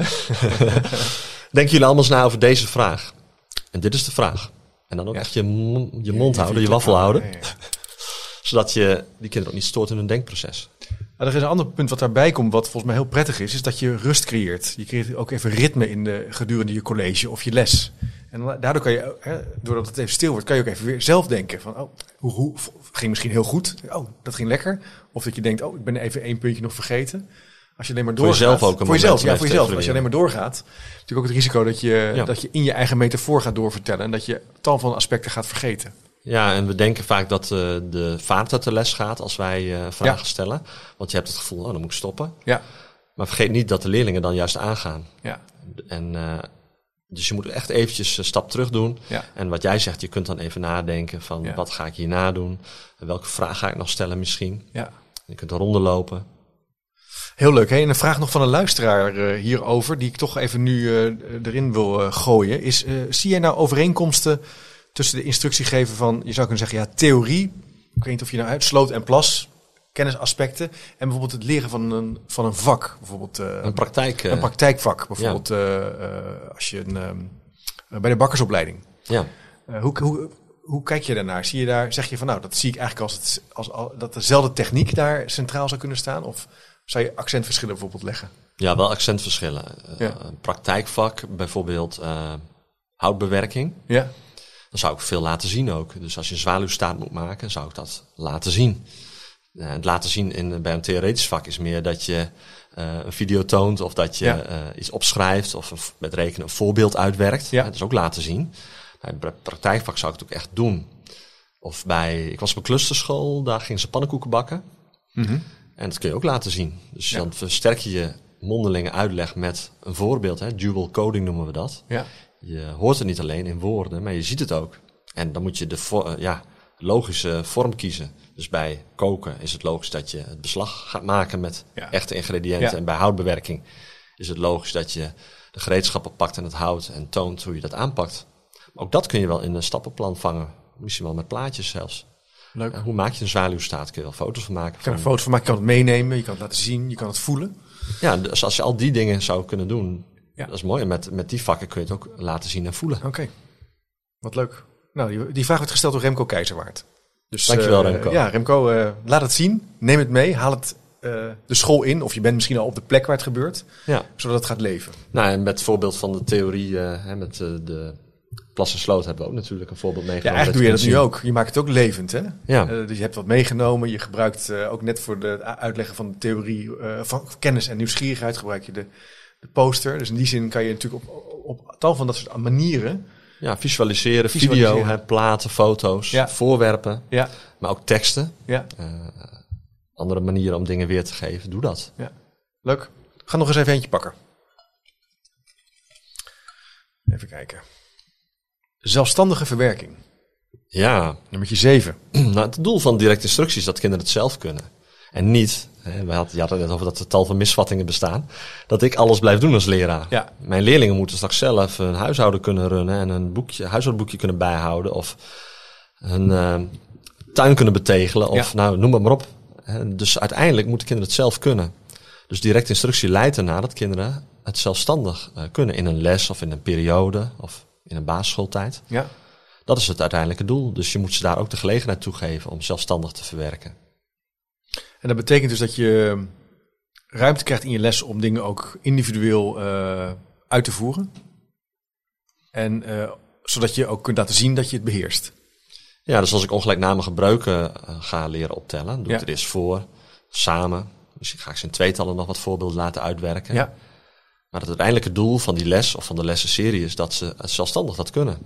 Denken jullie allemaal eens na over deze vraag? En dit is de vraag. En dan ook ja. echt je, m- je mond ja, houden, je waffel houden. Ja, ja. Zodat je die kinderen ook niet stoort in hun denkproces. Nou, er is een ander punt wat daarbij komt, wat volgens mij heel prettig is, is dat je rust creëert. Je creëert ook even ritme in de gedurende je college of je les. En daardoor kan je, hè, doordat het even stil wordt, kan je ook even weer zelf denken van, oh, hoe, hoe ging misschien heel goed. Oh, dat ging lekker. Of dat je denkt, oh, ik ben even één puntje nog vergeten. Als je alleen maar doorgaat. Voor jezelf ook een voor jezelf, ja, voor jezelf. Als je alleen maar doorgaat, natuurlijk ook het risico dat je, ja. dat je in je eigen metafoor gaat doorvertellen en dat je tal van aspecten gaat vergeten. Ja, en we denken vaak dat uh, de vaart uit de les gaat als wij uh, vragen ja. stellen. Want je hebt het gevoel, oh, dan moet ik stoppen. Ja. Maar vergeet niet dat de leerlingen dan juist aangaan. Ja. En, uh, dus je moet echt eventjes een stap terug doen. Ja. En wat jij zegt, je kunt dan even nadenken van ja. wat ga ik hierna doen? Welke vraag ga ik nog stellen misschien? Ja. Je kunt een ronde lopen. Heel leuk. Hè? En een vraag nog van een luisteraar uh, hierover, die ik toch even nu uh, erin wil uh, gooien, is, uh, zie jij nou overeenkomsten tussen de instructiegever van, je zou kunnen zeggen, ja, theorie, ik weet niet of je nou uit sloot en plas, kennisaspecten, en bijvoorbeeld het leren van een, van een vak, bijvoorbeeld uh, een, praktijk, uh, een praktijkvak, bijvoorbeeld ja. uh, uh, als je een, uh, bij de bakkersopleiding. Ja. Uh, hoe, hoe, hoe kijk je daarnaar? Zie je daar, zeg je van, nou, dat zie ik eigenlijk als, het, als, als dat dezelfde techniek daar centraal zou kunnen staan, of zou je accentverschillen bijvoorbeeld leggen? Ja, wel accentverschillen. Ja. Uh, een praktijkvak, bijvoorbeeld Uh, houtbewerking. Ja. Dan zou ik veel laten zien ook. Dus als je een zwaluwstaart moet maken, zou ik dat laten zien. Uh, het laten zien in, bij een theoretisch vak is meer dat je uh, een video toont of dat je ja. uh, iets opschrijft of een, met rekenen een voorbeeld uitwerkt. Ja. Dat is ook laten zien. Bij een praktijkvak zou ik het ook echt doen. Of bij, ik was op een clusterschool, daar gingen ze pannenkoeken bakken. Mm-hmm. En dat kun je ook laten zien. Dus ja. dan versterk je je mondelinge uitleg met een voorbeeld. Hè? Dual coding noemen we dat. Ja. Je hoort het niet alleen in woorden, maar je ziet het ook. En dan moet je de vo- ja, logische vorm kiezen. Dus bij koken is het logisch dat je het beslag gaat maken met ja. echte ingrediënten. Ja. En bij houtbewerking is het logisch dat je de gereedschappen pakt en het hout en toont hoe je dat aanpakt. Maar ook dat kun je wel in een stappenplan vangen. Misschien wel met plaatjes zelfs. Leuk. Uh, hoe maak je een zwaluwstaart? Kun je wel foto's van maken? Je kan er foto's van maken, je kan het meenemen, je kan het laten zien, je kan het voelen. Ja, dus als je al die dingen zou kunnen doen, ja. dat is mooi. En met, met die vakken kun je het ook laten zien en voelen. Oké, okay. Wat leuk. Nou, die, die vraag werd gesteld door Remco Keizerwaard. Dus, Dankjewel uh, Remco. Ja, Remco, uh, laat het zien, neem het mee, haal het uh, de school in. Of je bent misschien al op de plek waar het gebeurt, ja. zodat het gaat leven. Nou, en met het voorbeeld van de theorie, uh, hè, met uh, de Plas en Sloot hebben we ook natuurlijk een voorbeeld meegenomen. Ja, eigenlijk doe je dat nu ook. Je maakt het ook levend, hè? Ja. Uh, dus je hebt wat meegenomen. Je gebruikt uh, ook net voor de uitleggen van de theorie uh, van kennis en nieuwsgierigheid gebruik je de, de poster. Dus in die zin kan je natuurlijk op, op, op tal van dat soort manieren... Ja, visualiseren, visualiseren. video, hè, platen, foto's, ja. voorwerpen, ja. maar ook teksten. Ja. Uh, andere manieren om dingen weer te geven, doe dat. Ja. Leuk. Ga nog eens even eentje pakken. Even kijken. Zelfstandige verwerking. Ja. Nummertje zeven. Nou, het doel van direct instructie is dat kinderen het zelf kunnen. En niet, hè, we hadden, je had het net over dat er tal van misvattingen bestaan, dat ik alles blijf doen als leraar. Ja. Mijn leerlingen moeten straks zelf een huishouden kunnen runnen en een boekje, huishoudboekje kunnen bijhouden of een uh, tuin kunnen betegelen of ja. nou, noem het maar op. Dus uiteindelijk moeten kinderen het zelf kunnen. Dus direct instructie leidt ernaar dat kinderen het zelfstandig uh, kunnen in een les of in een periode of in een basisschooltijd. Ja. Dat is het uiteindelijke doel. Dus je moet ze daar ook de gelegenheid toe geven om zelfstandig te verwerken. En dat betekent dus dat je ruimte krijgt in je les om dingen ook individueel uh, uit te voeren. En uh, zodat je ook kunt laten zien dat je het beheerst. Ja, dus als ik ongelijknamige breuken uh, ga leren optellen, doe ja. ik het eerst voor, samen. Misschien ga ik ze in tweetallen nog wat voorbeelden laten uitwerken. Ja. Maar het uiteindelijke doel van die les of van de lessenserie is dat ze zelfstandig dat kunnen.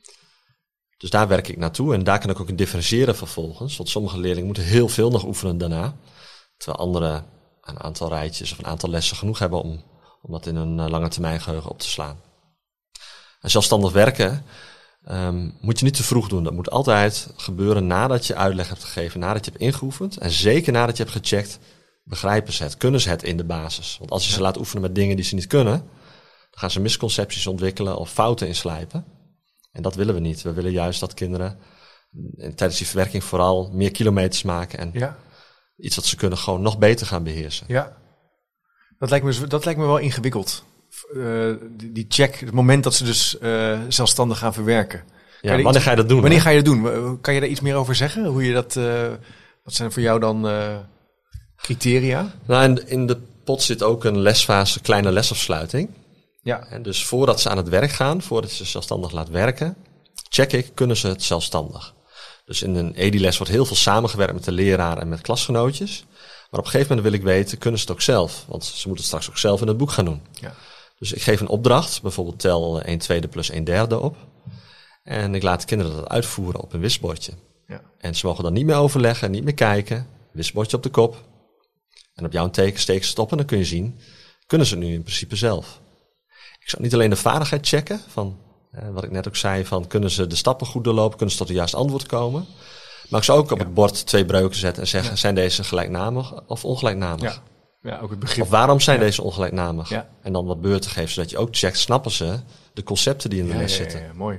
Dus daar werk ik naartoe en daar kan ik ook in differentiëren vervolgens. Want sommige leerlingen moeten heel veel nog oefenen daarna. Terwijl anderen een aantal rijtjes of een aantal lessen genoeg hebben om, om dat in een uh, lange termijn geheugen op te slaan. En zelfstandig werken um, moet je niet te vroeg doen. Dat moet altijd gebeuren nadat je uitleg hebt gegeven, nadat je hebt ingeoefend. En zeker nadat je hebt gecheckt, begrijpen ze het, kunnen ze het in de basis. Want als je ze laat oefenen met dingen die ze niet kunnen, dan gaan ze misconcepties ontwikkelen of fouten inslijpen. En dat willen we niet. We willen juist dat kinderen tijdens die verwerking vooral meer kilometers maken en ja. iets wat ze kunnen gewoon nog beter gaan beheersen. Ja, dat lijkt me, dat lijkt me wel ingewikkeld. Uh, die, die check, het moment dat ze dus uh, zelfstandig gaan verwerken. Ja, wanneer iets, ga je dat doen? Wanneer hè? ga je dat doen? Kan je daar iets meer over zeggen? Hoe je dat, uh, wat zijn voor jou dan uh, criteria? Nou, in, in de pot zit ook een lesfase, kleine lesafsluiting. Ja. En dus voordat ze aan het werk gaan, voordat je ze zelfstandig laat werken, check ik, kunnen ze het zelfstandig. Dus in een E D I-les wordt heel veel samengewerkt met de leraar en met klasgenootjes. Maar op een gegeven moment wil ik weten, kunnen ze het ook zelf? Want ze moeten het straks ook zelf in het boek gaan doen. Ja. Dus ik geef een opdracht, bijvoorbeeld tel een tweede plus een derde op. En ik laat de kinderen dat uitvoeren op een wisbordje. Ja. En ze mogen dan niet meer overleggen, niet meer kijken. Wisbordje op de kop. En op jouw teken steken ze het op en dan kun je zien, kunnen ze het nu in principe zelf. Ik zou niet alleen de vaardigheid checken, van eh, wat ik net ook zei, van kunnen ze de stappen goed doorlopen, kunnen ze tot het juiste antwoord komen. Maar ik zou ook op ja. het bord twee breuken zetten en zeggen, ja. zijn deze gelijknamig of ongelijknamig? Ja. Ja, ook het begrip. Of waarom zijn ja. deze ongelijknamig? Ja. En dan wat beurten geven, zodat je ook checkt, snappen ze de concepten die in de ja, les ja, zitten. Ja, ja, mooi.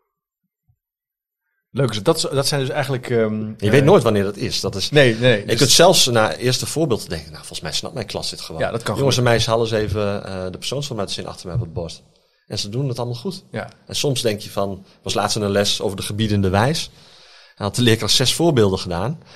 Leuk, dus dat, dat zijn dus eigenlijk... Um, je uh, weet nooit wanneer dat is. Dat is nee, nee. Je dus kunt zelfs na het eerste voorbeeld denken, nou volgens mij snapt mijn klas dit gewoon. Ja, dat kan Jongens goed. en meisjes, halen eens even uh, de persoonsvorm uit de zin achter mij op het bord. En ze doen het allemaal goed. Ja. En soms denk je van, was laatst een les over de gebiedende wijs. En had de leerkracht zes voorbeelden gedaan.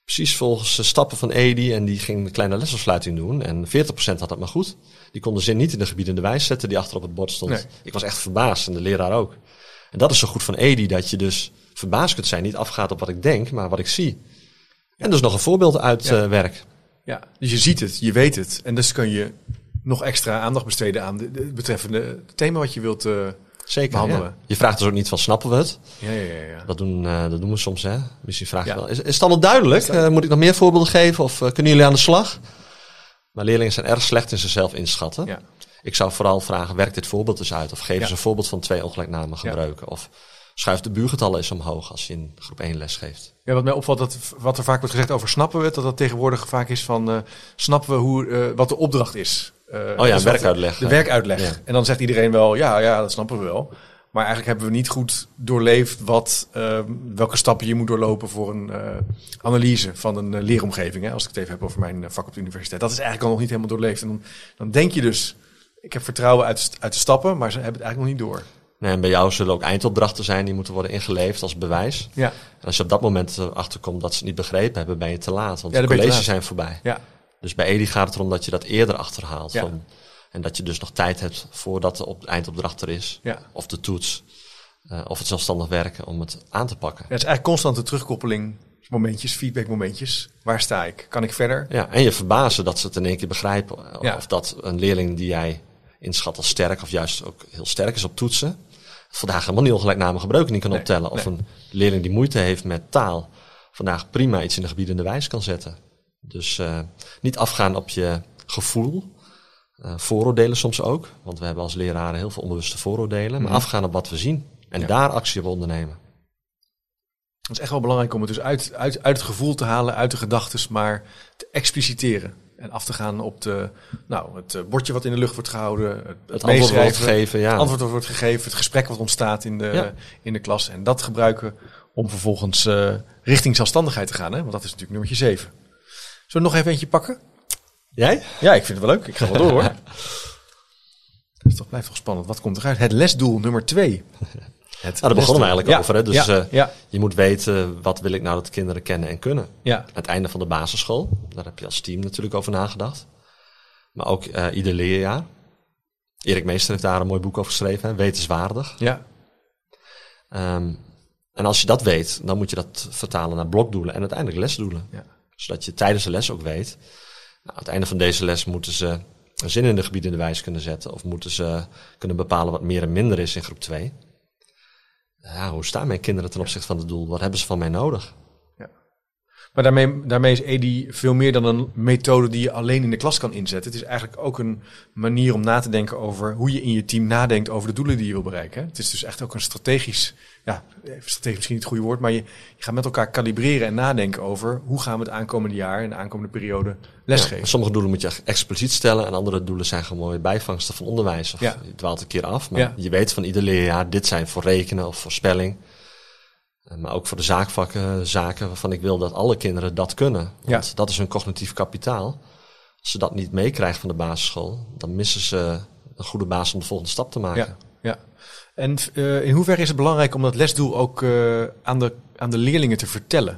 precies volgens de stappen van Edi en die ging een kleine lesafsluiting doen. En veertig procent had het maar goed. Die kon de zin niet in de gebiedende wijs zetten die achter op het bord stond. Nee. Ik was echt verbaasd en de leraar ook. En dat is zo goed van Edi, dat je dus verbaasd kunt zijn. Niet afgaat op wat ik denk, maar wat ik zie. En dus nog een voorbeeld uit ja. uh, werk. Ja, dus je ziet het, je weet het. En dus kun je nog extra aandacht besteden aan de, de betreffende thema wat je wilt uh, Zeker, behandelen. Ja. Je vraagt dus ook niet van, snappen we het? Ja, ja, ja. ja. Dat, doen, uh, dat doen we soms, hè. Misschien vraag je ja. wel, is, is het allemaal duidelijk? Uh, moet ik nog meer voorbeelden geven of uh, kunnen jullie aan de slag? Maar leerlingen zijn erg slecht in zichzelf inschatten. Ja. Ik zou vooral vragen, werkt dit voorbeeld eens uit? Of geef eens ja. een voorbeeld van twee ongelijknamige gebruiken? Ja. Of schuif de buurgetallen eens omhoog als je in groep één les geeft. Ja, wat mij opvalt, dat wat er vaak wordt gezegd over snappen we het, dat dat tegenwoordig vaak is van uh, snappen we hoe, uh, wat de opdracht is. Uh, oh ja, werkuitleg. De werkuitleg. Ja. En dan zegt iedereen wel, ja, ja, dat snappen we wel. Maar eigenlijk hebben we niet goed doorleefd wat, uh, welke stappen je moet doorlopen voor een uh, analyse van een uh, leeromgeving. Hè, als ik het even heb over mijn uh, vak op de universiteit. Dat is eigenlijk al nog niet helemaal doorleefd. En dan, dan denk je dus, ik heb vertrouwen uit, uit de stappen, maar ze hebben het eigenlijk nog niet door. Nee, en bij jou zullen ook eindopdrachten zijn die moeten worden ingeleverd als bewijs. Ja. En als je op dat moment erachter komt dat ze het niet begrepen hebben, ben je te laat. Want ja, de colleges zijn voorbij. Ja. Dus bij Edi gaat het erom dat je dat eerder achterhaalt. Ja. Van, en dat je dus nog tijd hebt voordat de op, eindopdracht er is. Ja. Of de toets. Uh, of het zelfstandig werken om het aan te pakken. Ja, het is eigenlijk constante terugkoppeling. Momentjes, feedbackmomentjes. Waar sta ik? Kan ik verder? Ja, en je verbazen dat ze het in één keer begrijpen. Ja. Of dat een leerling die jij inschat als sterk of juist ook heel sterk is op toetsen, vandaag helemaal niet ongelijknamige gebruiken niet kan nee, optellen. Of nee. een leerling die moeite heeft met taal vandaag prima iets in de gebiedende wijs kan zetten. Dus uh, niet afgaan op je gevoel. Uh, vooroordelen soms ook. Want we hebben als leraren heel veel onbewuste vooroordelen. Maar mm-hmm. afgaan op wat we zien. En ja. daar actie op ondernemen. Het is echt wel belangrijk om het dus uit, uit, uit het gevoel te halen, uit de gedachtes, maar te expliciteren. En af te gaan op de, nou, het bordje wat in de lucht wordt gehouden. Het, het, het antwoord wordt gegeven, ja. Het antwoord wordt gegeven, het gesprek wat ontstaat in de, ja. in de klas. En dat gebruiken om vervolgens uh, richting zelfstandigheid te gaan. Hè? Want dat is natuurlijk nummertje zeven. Zullen we nog even eentje pakken? Jij? Ja, ik vind het wel leuk. Ik ga wel door hoor. Dus dat blijft toch spannend. Wat komt eruit? Het lesdoel nummer twee. Het nou, daar begonnen we eigenlijk ja, over. Hè? Dus ja, uh, ja. je moet weten, wat wil ik nou dat kinderen kennen en kunnen. Ja. Aan het einde van de basisschool. Daar heb je als team natuurlijk over nagedacht. Maar ook uh, ieder leerjaar. Erik Meester heeft daar een mooi boek over geschreven. Hè? Wetenswaardig. Ja. Um, en als je dat weet, dan moet je dat vertalen naar blokdoelen en uiteindelijk lesdoelen. Ja. Zodat je tijdens de les ook weet. Nou, aan het einde van deze les moeten ze een zin in de gebieden in de wijs kunnen zetten. Of moeten ze kunnen bepalen wat meer en minder is in groep twee. Ja, hoe staan mijn kinderen ten opzichte van het doel? Wat hebben ze van mij nodig? Ja. Maar daarmee, daarmee is Edi veel meer dan een methode die je alleen in de klas kan inzetten. Het is eigenlijk ook een manier om na te denken over hoe je in je team nadenkt over de doelen die je wil bereiken. Het is dus echt ook een strategisch, ja, strategisch misschien niet het goede woord, maar je, je gaat met elkaar kalibreren en nadenken over hoe gaan we het aankomende jaar en de aankomende periode lesgeven. Ja, sommige doelen moet je expliciet stellen en andere doelen zijn gewoon mooie bijvangsten van onderwijs. Of ja. je dwaalt een keer af, maar ja. je weet van ieder leerjaar, dit zijn voor rekenen of voor spelling. Maar ook voor de zaakvakken, zaken waarvan ik wil dat alle kinderen dat kunnen. Want ja. dat is hun cognitief kapitaal. Als ze dat niet meekrijgen van de basisschool, dan missen ze een goede basis om de volgende stap te maken. Ja, ja. En uh, in hoeverre is het belangrijk om dat lesdoel ook uh, aan, de, aan de leerlingen te vertellen?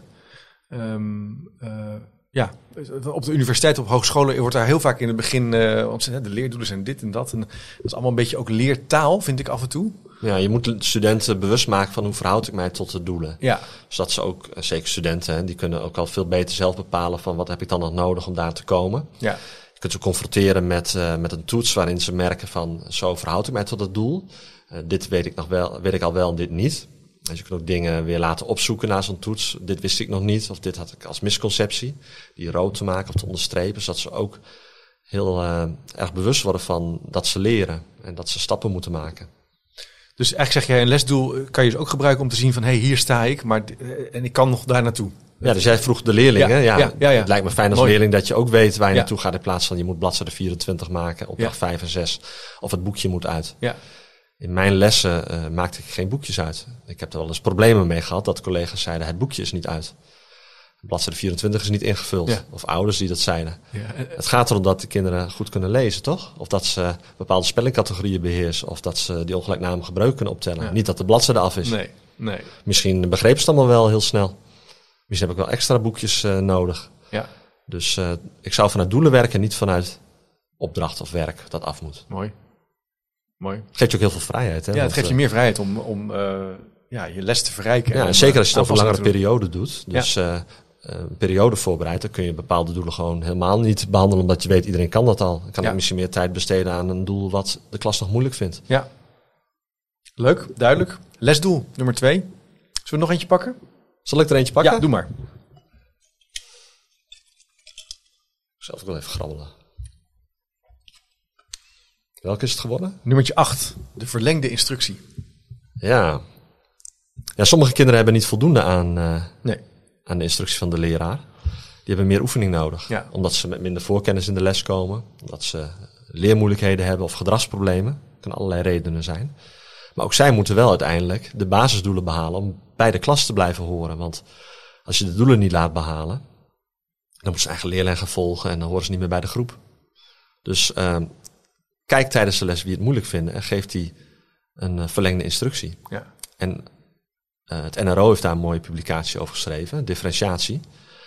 Um, uh, ja, op de universiteit, op hogescholen wordt daar heel vaak in het begin uh, ontzettend, de leerdoelen zijn dit en dat. En dat is allemaal een beetje ook leertaal, vind ik af en toe. Ja, je moet studenten bewust maken van hoe verhoud ik mij tot de doelen. Ja. Zodat ze ook, zeker studenten, hè, die kunnen ook al veel beter zelf bepalen van wat heb ik dan nog nodig om daar te komen. Ja. Je kunt ze confronteren met, uh, met een toets waarin ze merken van zo verhoud ik mij tot het doel. Uh, dit weet ik nog wel, weet ik al wel en dit niet. Dus je kunt ook dingen weer laten opzoeken na zo'n toets. Dit wist ik nog niet of dit had ik als misconceptie. Die rood te maken of te onderstrepen, zodat ze ook heel uh, erg bewust worden van dat ze leren en dat ze stappen moeten maken. Dus eigenlijk zeg jij, een lesdoel kan je dus ook gebruiken om te zien van, hé, hey, hier sta ik, maar en ik kan nog daar naartoe. Ja, dus jij vroeg de leerlingen. Ja, ja, ja, ja, ja. Het lijkt me fijn als Mooi. leerling dat je ook weet waar je ja. naartoe gaat in plaats van je moet bladzijde vierentwintig maken, opdracht ja. vijf en zes of het boekje moet uit. Ja. In mijn lessen uh, maakte ik geen boekjes uit. Ik heb er wel eens problemen mee gehad dat collega's zeiden het boekje is niet uit. Bladzijde vierentwintig is niet ingevuld. Ja. Of ouders die dat zeiden. Ja. Het gaat erom dat de kinderen goed kunnen lezen, toch? Of dat ze bepaalde spellingcategorieën beheersen. Of dat ze die ongelijknamige gebruik kunnen optellen. Ja. Niet dat de bladzijde af is. Nee, nee. Misschien begrepen ze het allemaal wel heel snel. Misschien heb ik wel extra boekjes uh, nodig. Ja. Dus uh, ik zou vanuit doelen werken, niet vanuit opdracht of werk dat af moet. Mooi. Mooi. Het geeft je ook heel veel vrijheid. Hè? Ja, het geeft je meer vrijheid om, om uh, ja, je les te verrijken. Ja, en om, zeker als je het over een langere doen. periode doet. Dus ja. uh, een periode voorbereidt, dan kun je bepaalde doelen gewoon helemaal niet behandelen, omdat je weet, iedereen kan dat al. Je kan ja. ook misschien meer tijd besteden aan een doel wat de klas nog moeilijk vindt. Ja. Leuk, duidelijk. Lesdoel nummer twee. Zullen we nog eentje pakken? Zal ik er eentje pakken? Ja, doe maar. Zelf ook wel even grabbelen. Welke is het geworden? Nummertje acht. De verlengde instructie. Ja. Ja, sommige kinderen hebben niet voldoende aan, uh, nee. aan de instructie van de leraar. Die hebben meer oefening nodig. Ja. Omdat ze met minder voorkennis in de les komen. Omdat ze leermoeilijkheden hebben of gedragsproblemen. Dat kunnen allerlei redenen zijn. Maar ook zij moeten wel uiteindelijk de basisdoelen behalen om bij de klas te blijven horen. Want als je de doelen niet laat behalen, dan moeten ze eigen leerlijn gaan volgen en dan horen ze niet meer bij de groep. Dus uh, kijk tijdens de les wie het moeilijk vinden en geef die een uh, verlengde instructie. Ja. En uh, het N R O heeft daar een mooie publicatie over geschreven, differentiatie.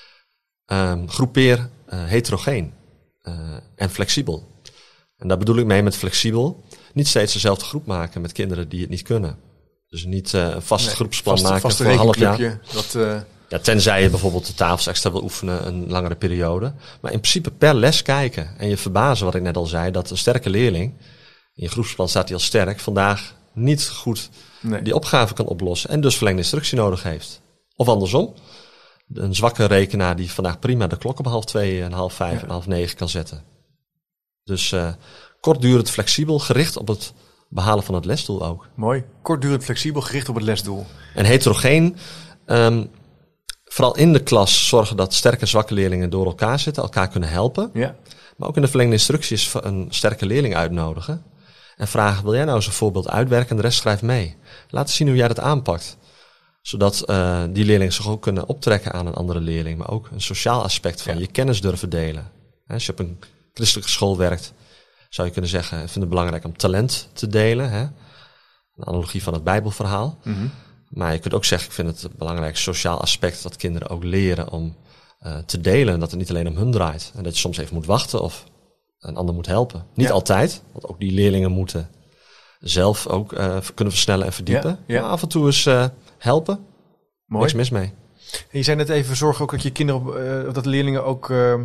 Um, groepeer uh, heterogeen uh, en flexibel. En daar bedoel ik mee met flexibel. Niet steeds dezelfde groep maken met kinderen die het niet kunnen. Dus niet uh, een vast nee, groepsplan vaste, maken vaste voor een half jaar. Dat, uh... ja, tenzij je bijvoorbeeld de tafels extra wil oefenen een langere periode. Maar in principe per les kijken. En je verbazen, wat ik net al zei, dat een sterke leerling, in je groepsplan staat hij al sterk, vandaag niet goed nee. die opgave kan oplossen. En dus verlengde instructie nodig heeft. Of andersom. Een zwakke rekenaar die vandaag prima de klok op half twee en half vijf ja. en half negen kan zetten. Dus uh, kortdurend, flexibel, gericht op het behalen van het lesdoel ook. Mooi. Kortdurend, flexibel, gericht op het lesdoel. En heterogeen, um, vooral in de klas zorgen dat sterke en zwakke leerlingen door elkaar zitten, elkaar kunnen helpen. Ja. Maar ook in de verlengde instructies een sterke leerling uitnodigen. En vragen, wil jij nou eens een voorbeeld uitwerken en de rest schrijft mee. Laat zien hoe jij dat aanpakt. Zodat uh, die leerlingen zich ook kunnen optrekken aan een andere leerling. Maar ook een sociaal aspect van ja. je kennis durven delen. Als je op een christelijke school werkt, zou je kunnen zeggen, ik vind het belangrijk om talent te delen. Hè? Een analogie van het Bijbelverhaal. Mm-hmm. Maar je kunt ook zeggen, ik vind het een belangrijk sociaal aspect dat kinderen ook leren om uh, te delen. En dat het niet alleen om hun draait. En dat je soms even moet wachten of een ander moet helpen. Niet ja. altijd, want ook die leerlingen moeten zelf ook uh, kunnen versnellen en verdiepen. Ja, ja. Maar af en toe eens uh, helpen. Mooi. Niks mis mee. En je zei net even, zorg ook dat je kinderen, uh, dat de leerlingen ook uh,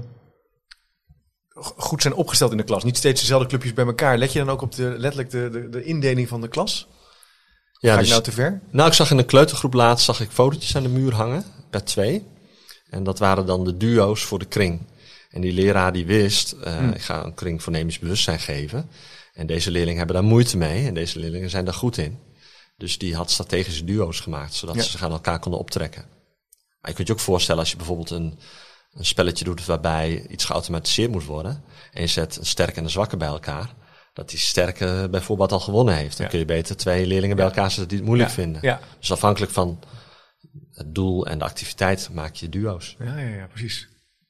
goed zijn opgesteld in de klas. Niet steeds dezelfde clubjes bij elkaar. Let je dan ook op de, letterlijk de, de, de indeling van de klas? Ja, Ga dus, ik nou te ver? Nou, ik zag in de kleutergroep laatst zag ik fotootjes aan de muur hangen, per twee. En dat waren dan de duo's voor de kring. En die leraar die wist, uh, hmm. ik ga een kring voornemens bewustzijn geven. En deze leerlingen hebben daar moeite mee. En deze leerlingen zijn daar goed in. Dus die had strategische duo's gemaakt, zodat ja. ze zich aan elkaar konden optrekken. Maar je kunt je ook voorstellen als je bijvoorbeeld een, een spelletje doet waarbij iets geautomatiseerd moet worden. En je zet een sterke en een zwakke bij elkaar. Dat die sterke bijvoorbeeld al gewonnen heeft. Dan ja. kun je beter twee leerlingen ja. bij elkaar zetten die het moeilijk ja. vinden. Ja. Dus afhankelijk van het doel en de activiteit maak je duo's. Ja, ja, ja, precies.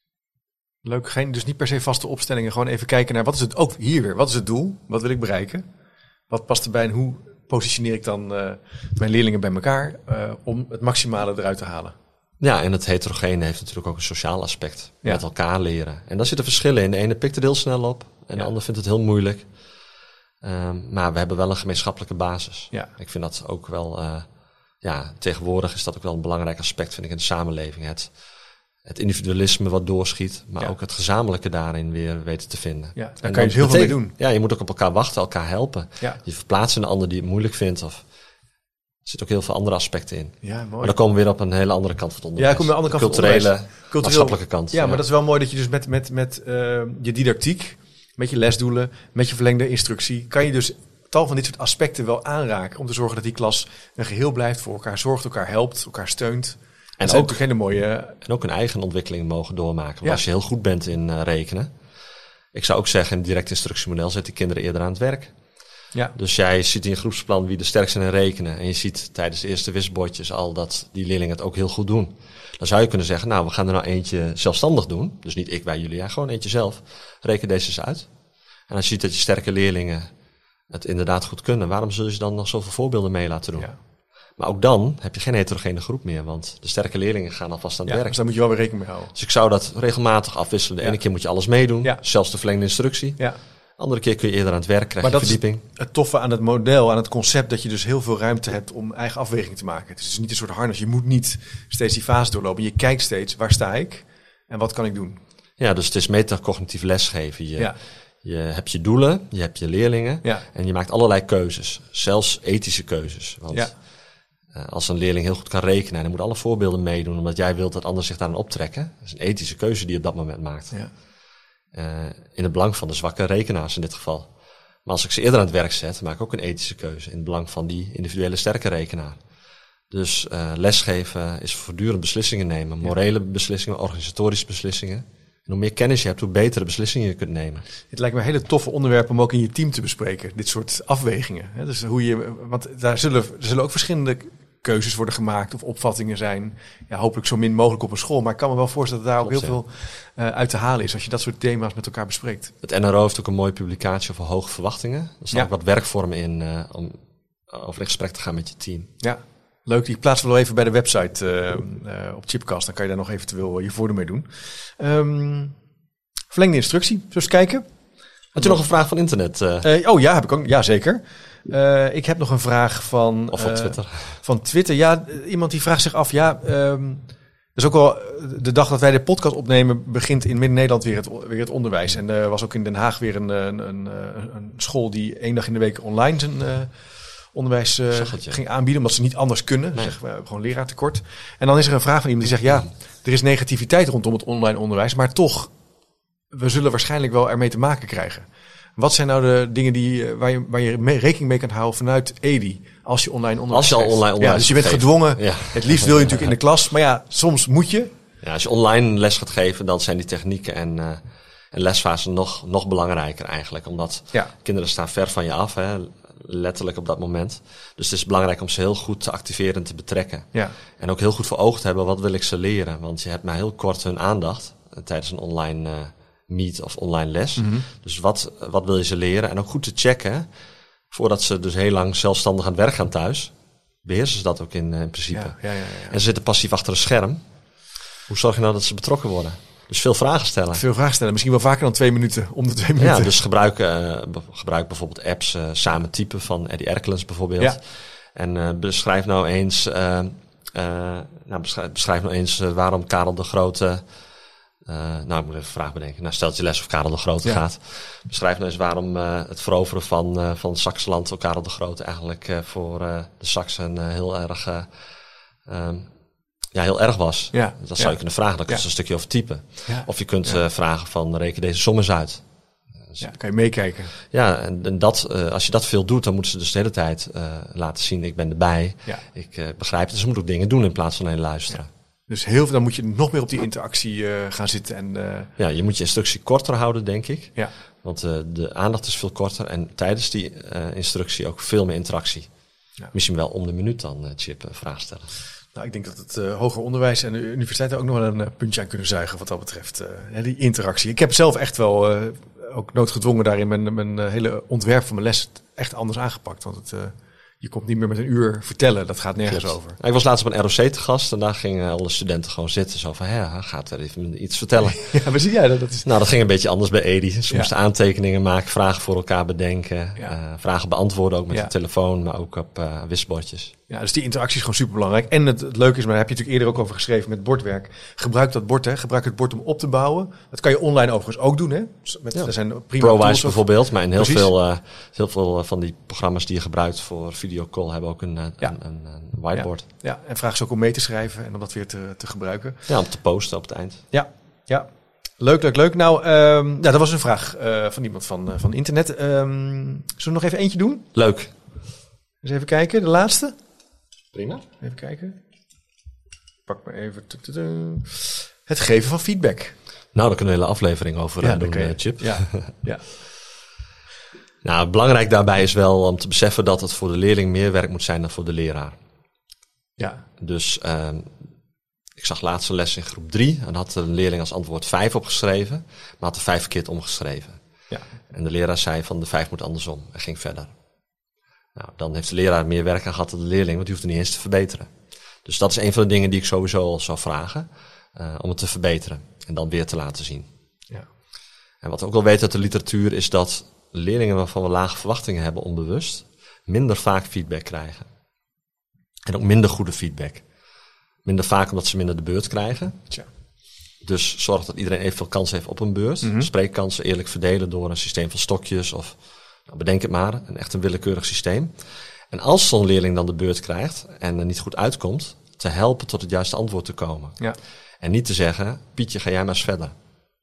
Leuk, geen, dus niet per se vaste opstellingen. Gewoon even kijken naar wat is het, ook hier weer, wat is het doel? Wat wil ik bereiken? Wat past erbij en hoe positioneer ik dan uh, mijn leerlingen bij elkaar uh, om het maximale eruit te halen? Ja, en het heterogene heeft natuurlijk ook een sociaal aspect. Ja. Met elkaar leren. En daar zitten verschillen in. De ene pikt er heel snel op en ja. de ander vindt het heel moeilijk. Um, maar we hebben wel een gemeenschappelijke basis. Ja. Ik vind dat ook wel, uh, ja, tegenwoordig is dat ook wel een belangrijk aspect, vind ik, in de samenleving. Het, het individualisme wat doorschiet, maar ja. ook het gezamenlijke daarin weer weten te vinden. Ja, daar en kan je dus heel veel mee doen. Ja, je moet ook op elkaar wachten, elkaar helpen. Ja. Je verplaatst in een ander die het moeilijk vindt. Of, er zitten ook heel veel andere aspecten in. Ja, mooi. Maar dan komen we weer op een hele andere kant van het onderwijs. Ja, kom je aan de andere kant culturele, van het onderwijs. maatschappelijke kant. Ja, ja, maar dat is wel mooi dat je dus met, met, met uh, je didactiek, met je lesdoelen, met je verlengde instructie, kan je dus tal van dit soort aspecten wel aanraken om te zorgen dat die klas een geheel blijft, voor elkaar zorgt, elkaar helpt, elkaar steunt. En ook, ook, hele mooie... en ook een eigen ontwikkeling mogen doormaken. Want ja. als je heel goed bent in uh, rekenen, ik zou ook zeggen, in het direct instructiemodel zet die kinderen eerder aan het werk. Ja. Dus jij ziet in je groepsplan wie de sterkste zijn in rekenen. En je ziet tijdens de eerste wisbordjes al dat die leerlingen het ook heel goed doen. Dan zou je kunnen zeggen, nou, we gaan er nou eentje zelfstandig doen. Dus niet ik bij jullie, ja, gewoon eentje zelf. Reken deze eens uit. En als je ziet dat je sterke leerlingen het inderdaad goed kunnen, waarom zul je ze dan nog zoveel voorbeelden mee laten doen? Ja. Maar ook dan heb je geen heterogene groep meer, want de sterke leerlingen gaan alvast aan het Ja, werk. dus daar moet je wel weer rekening mee houden. Dus ik zou dat regelmatig afwisselen. De Ja. ene keer moet je alles meedoen, Ja. zelfs de verlengde instructie. Ja. Andere keer kun je eerder aan het werk, krijg Maar je dat verdieping. is het toffe aan het model, aan het concept, dat je dus heel veel ruimte hebt om eigen afweging te maken. Het is dus niet een soort harnas. Je moet niet steeds die fase doorlopen. Je kijkt steeds, waar sta ik en wat kan ik doen? Ja, dus het is metacognitief lesgeven. Je, Ja. je hebt je doelen, je hebt je leerlingen Ja. en je maakt allerlei keuzes. Zelfs ethische keuzes. Want Ja. uh, als een leerling heel goed kan rekenen, dan moet alle voorbeelden meedoen, omdat jij wilt dat anderen zich daaraan optrekken. Dat is een ethische keuze die je op dat moment maakt. Ja. Uh, in het belang van de zwakke rekenaars in dit geval. Maar als ik ze eerder aan het werk zet, maak ik ook een ethische keuze in het belang van die individuele sterke rekenaar. Dus uh, lesgeven is voortdurend beslissingen nemen. Morele beslissingen, organisatorische beslissingen. En hoe meer kennis je hebt, hoe betere beslissingen je kunt nemen. Het lijkt me een hele toffe onderwerp om ook in je team te bespreken. Dit soort afwegingen. Hè? Dus hoe je, want daar zullen, er zullen ook verschillende keuzes worden gemaakt of opvattingen zijn. Ja, hopelijk zo min mogelijk op een school. Maar ik kan me wel voorstellen dat daar ook Klopt, heel veel uh, uit te halen is als je dat soort thema's met elkaar bespreekt. Het N R O heeft ook een mooie publicatie over hoge verwachtingen. Er staan Ja. ook wat werkvormen in uh, om over in gesprek te gaan met je team. Ja, leuk. Die plaatsen we wel even bij de website uh, uh, op Chipcast. Dan kan je daar nog eventueel je voordeel mee doen. Um, verlengde instructie. Zullen we eens kijken? Had je nog een vraag van internet? Uh, Uh, oh ja, heb ik ook. Ja, zeker. Uh, ik heb nog een vraag van... of van uh, Twitter? Van Twitter. Ja, iemand die vraagt zich af. Ja, um, dus ook wel de dag dat wij de podcast opnemen begint in Midden-Nederland weer het, weer het onderwijs. En er was ook in Den Haag weer een, een, een, een school die één dag in de week online zijn uh, onderwijs uh, het, ja. ging aanbieden. Omdat ze niet anders kunnen. Nee. Zeg, we hebben gewoon leraartekort. En dan is er een vraag van iemand die zegt, ja, er is negativiteit rondom het online onderwijs. Maar toch, we zullen waarschijnlijk wel ermee te maken krijgen. Wat zijn nou de dingen die, waar je, waar je mee, rekening mee kan houden vanuit E D I als je online onderwijs Als je al geeft? online onderwijs Ja, dus je bent geeft. gedwongen. Ja. Het liefst wil je natuurlijk in de klas. Maar ja, soms moet je. Ja, als je online les gaat geven, dan zijn die technieken en, uh, en lesfasen nog, nog belangrijker eigenlijk. Omdat Ja. kinderen staan ver van je af, hè, letterlijk op dat moment. Dus het is belangrijk om ze heel goed te activeren en te betrekken. Ja. En ook heel goed voor ogen te hebben, wat wil ik ze leren? Want je hebt maar heel kort hun aandacht uh, tijdens een online uh, meet of online les. Mm-hmm. Dus wat, wat wil je ze leren? En ook goed te checken, voordat ze dus heel lang zelfstandig aan het werk gaan thuis, beheersen ze dat ook in, uh, in principe. Ja, ja, ja, ja. En ze zitten passief achter een scherm. Hoe zorg je nou dat ze betrokken worden? Dus veel vragen stellen. Veel vragen stellen. Misschien wel vaker dan twee minuten. Om de twee minuten. Ja, dus gebruik, uh, gebruik bijvoorbeeld apps, uh, samen typen van Eddie Erkelens bijvoorbeeld. Ja. En uh, beschrijf nou eens, uh, uh, nou beschrijf, beschrijf nou eens uh, waarom Karel de Grote. Uh, nou, ik moet even een vraag bedenken. Nou, stelt je les of Karel de Grote Ja. gaat. Beschrijf nou eens waarom uh, het veroveren van, uh, van Saxland door Karel de Grote eigenlijk uh, voor uh, de Saksen uh, heel erg, uh, um, ja, heel erg was. Ja. Dat zou Ja. je kunnen vragen. Dan kun je Ja. een stukje over typen. Ja. Of je kunt Ja. uh, vragen van reken deze som eens uit. Ja, kan je meekijken. Ja, en, en dat, uh, als je dat veel doet, dan moeten ze dus de hele tijd uh, laten zien, ik ben erbij. Ja. Ik uh, begrijp het. Dus ze moeten ook dingen doen in plaats van alleen luisteren. Dus heel veel, dan moet je nog meer op die interactie uh, gaan zitten. En, uh, Ja, je moet je instructie korter houden, denk ik. ja. Want uh, de aandacht is veel korter en tijdens die uh, instructie ook veel meer interactie. Ja. Misschien wel om de minuut dan, uh, Chip, een vraag stellen. Nou, ik denk dat het uh, hoger onderwijs en de universiteiten ook nog wel een uh, puntje aan kunnen zuigen wat dat betreft. Uh, hè, die interactie. Ik heb zelf echt wel, uh, ook noodgedwongen daarin, mijn, mijn uh, hele ontwerp van mijn les echt anders aangepakt. Want het, uh, je komt niet meer met een uur vertellen, dat gaat nergens Klopt. over. Ja, ik was laatst op een R O C te gast en daar gingen alle studenten gewoon zitten. Zo van, ja, gaat er even iets vertellen. Ja, maar zie jij dat? Dat is... Nou, dat ging een beetje anders bij Edi. Ze Ja. moesten aantekeningen maken, vragen voor elkaar bedenken. Ja. Uh, vragen beantwoorden, ook met Ja. de telefoon, maar ook op uh, wisselbordjes. Ja, dus die interactie is gewoon super belangrijk. En het, het leuke is, maar daar heb je natuurlijk eerder ook over geschreven met bordwerk. Gebruik dat bord, hè. Gebruik het bord om op te bouwen. Dat kan je online overigens ook doen, hè. Met, Ja. Er zijn prima ProWise tools ook. bijvoorbeeld, maar in heel Precies. veel, uh, heel veel van die programma's die je gebruikt voor videocall hebben ook een, uh, Ja. een, een, een whiteboard. Ja, ja, en vraag ze ook om mee te schrijven en om dat weer te, te gebruiken. Ja. om te posten op het eind. Ja, ja. Leuk, leuk, leuk. Nou, um, ja, dat was een vraag uh, van iemand van, uh, van internet. Um, zullen we nog even eentje doen? Leuk. Eens even kijken, de laatste. Prima. Even kijken. Pak maar even. Het geven van feedback. Nou, daar kunnen we een hele aflevering over uh, dat doen, kan je. uh, Chip. Ja, ja. Nou, belangrijk daarbij is wel om te beseffen dat het voor de leerling meer werk moet zijn dan voor de leraar. Ja, Dus uh, ik zag laatst een les in groep drie en had een leerling als antwoord vijf opgeschreven, maar had er vijf verkeerd omgeschreven. ja. En de leraar zei van de vijf moet andersom en ging verder. Nou, dan heeft de leraar meer werk aan gehad dan de leerling, want die hoeft er niet eens te verbeteren. Dus dat is een van de dingen die ik sowieso al zou vragen, uh, om het te verbeteren en dan weer te laten zien. Ja. En wat we ook wel weten uit de literatuur is dat leerlingen waarvan we lage verwachtingen hebben onbewust, minder vaak feedback krijgen. En ook minder goede feedback. Minder vaak omdat ze minder de beurt krijgen. Tja. Dus zorg dat iedereen evenveel kans heeft op een beurt. Mm-hmm. Spreekkansen eerlijk verdelen door een systeem van stokjes of, nou, bedenk het maar, een echt een willekeurig systeem. En als zo'n leerling dan de beurt krijgt en er niet goed uitkomt, te helpen tot het juiste antwoord te komen. Ja. En niet te zeggen, Pietje, ga jij maar eens verder.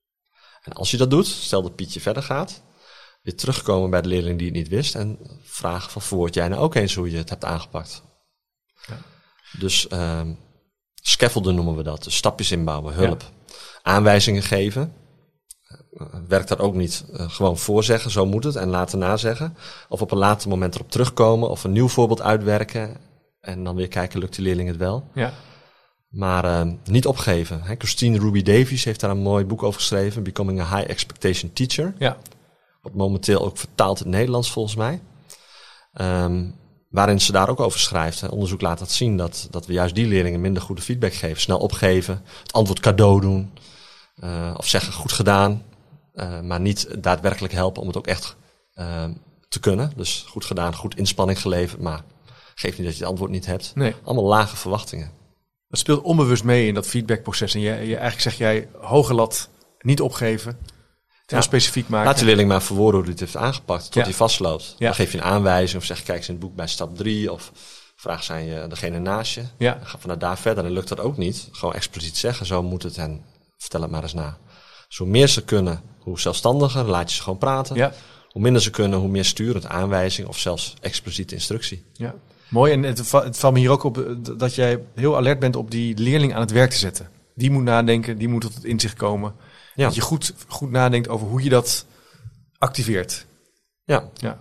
En als je dat doet, stel dat Pietje verder gaat, weer terugkomen bij de leerling die het niet wist en vragen van, verwoord jij nou ook eens hoe je het hebt aangepakt? Ja. Dus uh, scaffolden noemen we dat, dus stapjes inbouwen, hulp. Ja. Aanwijzingen geven. Uh, werkt dat ook niet. Uh, gewoon voorzeggen, zo moet het, en laten nazeggen. Of op een later moment erop terugkomen of een nieuw voorbeeld uitwerken en dan weer kijken, lukt die leerling het wel? Ja. Maar uh, niet opgeven. Hè? Christine Ruby Davies heeft daar een mooi boek over geschreven, Becoming a High Expectation Teacher. Ja. Wat momenteel ook vertaald in het Nederlands volgens mij. Um, waarin ze daar ook over schrijft. Hè. Onderzoek laat dat zien dat, dat we juist die leerlingen minder goede feedback geven. Snel opgeven, het antwoord cadeau doen. Uh, of zeggen goed gedaan. Uh, maar niet daadwerkelijk helpen om het ook echt uh, te kunnen. Dus goed gedaan, goed inspanning geleverd. Maar geef niet dat je het antwoord niet hebt. Nee. Allemaal lage verwachtingen. Dat speelt onbewust mee in dat feedbackproces. En je, je eigenlijk zeg jij, hoge lat, niet opgeven. Heel ja. specifiek maken. Laat de leerling maar verwoorden hoe hij het heeft aangepakt. Tot ja. hij vastloopt. Ja. Dan geef je een aanwijzing of zeg je, kijk eens in het boek bij stap drie. Of vraag zijn je degene naast je. Ja. Dan ga vanuit daar verder. En lukt dat ook niet. Gewoon expliciet zeggen, zo moet het. En vertel het maar eens na. Dus hoe meer ze kunnen, hoe zelfstandiger. Laat je ze gewoon praten. Ja. Hoe minder ze kunnen, hoe meer sturend aanwijzing. Of zelfs expliciete instructie. Ja. Mooi. En het, het valt me hier ook op dat jij heel alert bent op die leerling aan het werk te zetten. Die moet nadenken. Die moet tot het inzicht komen. Ja. Dat je goed, goed nadenkt over hoe je dat activeert. Ja. ja.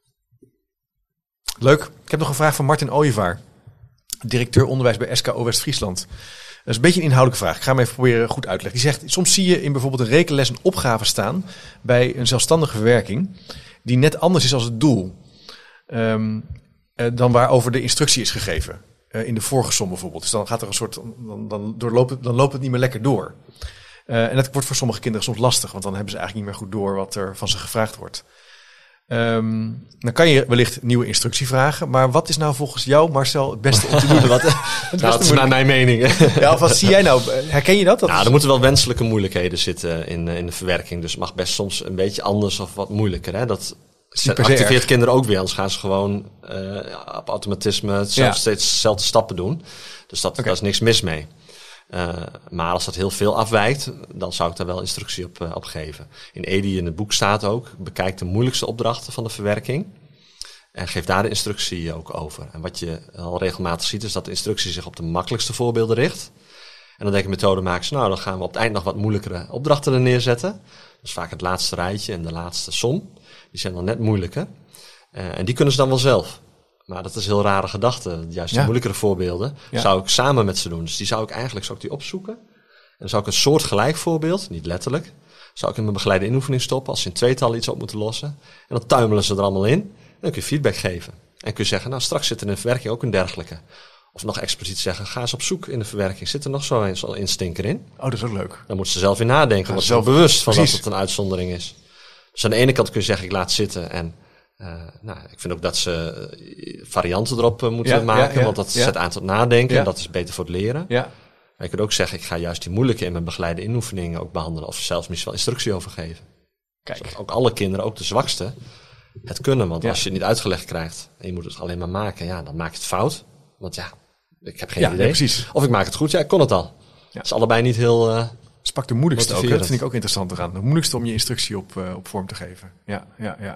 Leuk. Ik heb nog een vraag van Martin Ooyevaar. Directeur onderwijs bij S K O West-Friesland. Dat is een beetje een inhoudelijke vraag. Ik ga hem even proberen goed uit te leggen. Die zegt, soms zie je in bijvoorbeeld een rekenles een opgave staan bij een zelfstandige verwerking die net anders is als het doel. Um, uh, dan waarover de instructie is gegeven. Uh, in de vorige som bijvoorbeeld. Dus dan gaat er een soort, dan, dan, doorloopt het, dan loopt het niet meer lekker door. Uh, en dat wordt voor sommige kinderen soms lastig, want dan hebben ze eigenlijk niet meer goed door wat er van ze gevraagd wordt. Um, dan kan je wellicht nieuwe instructie vragen, maar wat is nou volgens jou, Marcel, het beste om te doen? Wat, het nou, dat is naar mijn mening. Ja, of wat zie jij nou? Herken je dat? dat nou, is... er moeten wel wenselijke moeilijkheden zitten in, in de verwerking, dus het mag best soms een beetje anders of wat moeilijker. Hè? Dat activeert erg. Kinderen ook weer, anders gaan ze gewoon uh, op automatisme zelf ja. steeds dezelfde stappen doen. Dus dat, okay. daar is niks mis mee. Uh, maar als dat heel veel afwijkt, dan zou ik daar wel instructie op, uh, op geven. In E D I in het boek staat ook, bekijk de moeilijkste opdrachten van de verwerking. En geef daar de instructie ook over. En wat je al regelmatig ziet, is dat de instructie zich op de makkelijkste voorbeelden richt. En dan denken methodemakers, nou dan gaan we op het eind nog wat moeilijkere opdrachten er neerzetten. Dus vaak het laatste rijtje en de laatste som. Die zijn dan net moeilijker. Uh, en die kunnen ze dan wel zelf. Maar dat is een heel rare gedachte. Juist de ja. moeilijkere voorbeelden ja. zou ik samen met ze doen. Dus die zou ik eigenlijk zou ik die opzoeken. En dan zou ik een soort gelijk voorbeeld, niet letterlijk, zou ik in mijn begeleide inoefening stoppen als ze in tweetallen iets op moeten lossen. En dan tuimelen ze er allemaal in. En dan kun je feedback geven. En kun je zeggen, nou straks zit er in de verwerking ook een dergelijke. Of nog expliciet zeggen, ga eens op zoek in de verwerking. Zit er nog zo'n zo instinker in? Oh, dat is ook leuk. Dan moeten ze zelf in nadenken. Want ze zijn bewust van Precies. dat het een uitzondering is. Dus aan de ene kant kun je zeggen, ik laat zitten en... Uh, nou, ik vind ook dat ze varianten erop uh, moeten ja, maken, ja, ja, want dat ja. zet aan tot nadenken ja. en dat is beter voor het leren. Ja. Maar je kunt ook zeggen, ik ga juist die moeilijke in mijn begeleide inoefeningen ook behandelen of zelfs misschien wel instructie over geven. Kijk. Zodat ook alle kinderen, ook de zwakste, het kunnen. Want ja. als je het niet uitgelegd krijgt en je moet het alleen maar maken, ja, dan maak je het fout. Want ja, ik heb geen ja, idee. Ja, precies. Of ik maak het goed, ja, ik kon het al. Ja. Het is allebei niet heel... Uh, dus pak de moeilijkste ook, hè? Dat vind ik ook interessant eraan. De moeilijkste om je instructie op, uh, op vorm te geven. Ja, ja, ja.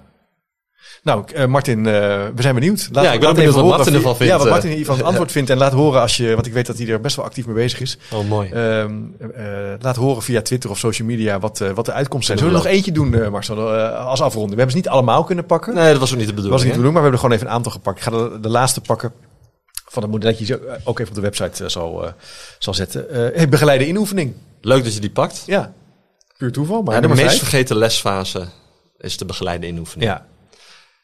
Nou, uh, Martin, uh, we zijn benieuwd. Laat, ja, ik ben benieuwd wat Martin ervan vindt. Ja, wat Martin hiervan het antwoord vindt. En laat horen als je, want ik weet dat hij er best wel actief mee bezig is. Oh, mooi. Uh, uh, laat horen via Twitter of social media wat, uh, wat de uitkomsten zijn. Zullen we nog eentje doen, uh, Marcel, uh, als afronding? We hebben ze niet allemaal kunnen pakken. Nee, dat was ook niet de bedoeling. Dat was niet de bedoeling, maar we hebben er gewoon even een aantal gepakt. Ik ga de, de laatste pakken van het model dat je ook even op de website uh, zal, uh, zal zetten. Uh, begeleide inoefening. Leuk dat je die pakt. Ja, puur toeval. Maar ja, de meest vijf. vergeten lesfase is de begeleide inoefening. Ja.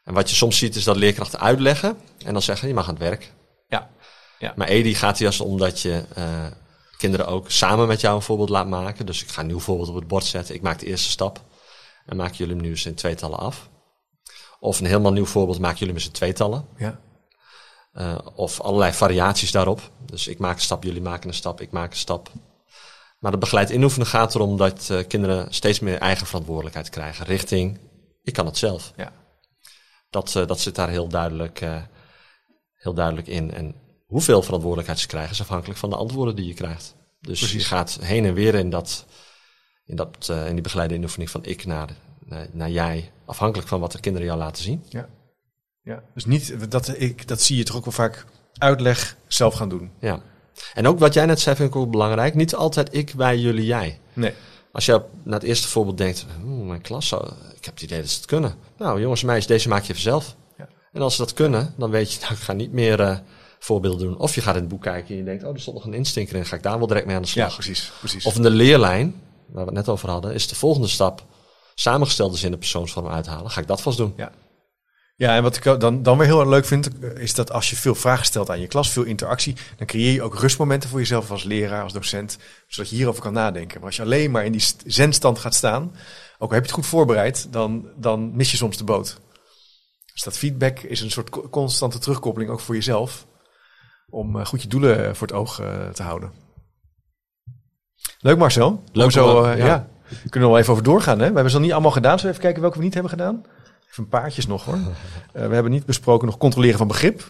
En wat je soms ziet is dat leerkrachten uitleggen en dan zeggen je mag aan het werk. Ja. Ja. Maar E D I gaat juist om dat je uh, kinderen ook samen met jou een voorbeeld laat maken. Dus ik ga een nieuw voorbeeld op het bord zetten. Ik maak de eerste stap en maak jullie hem nu eens in tweetallen af. Of een helemaal nieuw voorbeeld maak jullie hem eens in tweetallen. Ja. Uh, of allerlei variaties daarop. Dus ik maak een stap, jullie maken een stap, ik maak een stap. Maar het begeleid inoefenen gaat erom dat uh, kinderen steeds meer eigen verantwoordelijkheid krijgen. Richting, ik kan het zelf. Ja. Dat, uh, dat zit daar heel duidelijk, uh, heel duidelijk in. En hoeveel verantwoordelijkheid ze krijgen is afhankelijk van de antwoorden die je krijgt. Dus Precies. je gaat heen en weer in, dat, in, dat, uh, in die begeleide inoefening van ik naar, naar, naar jij. Afhankelijk van wat de kinderen jou laten zien. Ja. Ja, dus niet, dat, ik, dat zie je toch ook wel vaak, uitleg, zelf gaan doen. Ja, en ook wat jij net zei vind ik ook belangrijk. Niet altijd ik, wij, jullie, jij. Nee. Als je naar het eerste voorbeeld denkt, oh, mijn klas, zou, ik heb het idee dat ze het kunnen. Nou jongens en meisjes, deze maak je even zelf. Ja. En als ze dat kunnen, dan weet je, nou, ik ga niet meer uh, voorbeelden doen. Of je gaat in het boek kijken en je denkt, oh, er stond nog een instinker in, ga ik daar wel direct mee aan de slag. Ja, precies, precies. Of in de leerlijn, waar we het net over hadden, is de volgende stap samengestelde zinnen persoonsvorm uithalen. Ga ik dat vast doen. Ja. Ja, en wat ik dan, dan weer heel erg leuk vind, is dat als je veel vragen stelt aan je klas, veel interactie, dan creëer je ook rustmomenten voor jezelf als leraar, als docent, zodat je hierover kan nadenken. Maar als je alleen maar in die zenstand gaat staan, ook al heb je het goed voorbereid, dan, dan mis je soms de boot. Dus dat feedback is een soort constante terugkoppeling ook voor jezelf, om goed je doelen voor het oog te houden. Leuk Marcel. Leuk zo, uh, ja. ja. We kunnen er wel even over doorgaan. Hè? We hebben ze nog niet allemaal gedaan, zo even kijken welke we niet hebben gedaan. Even een paardjes nog hoor. Uh, we hebben niet besproken nog controleren van begrip.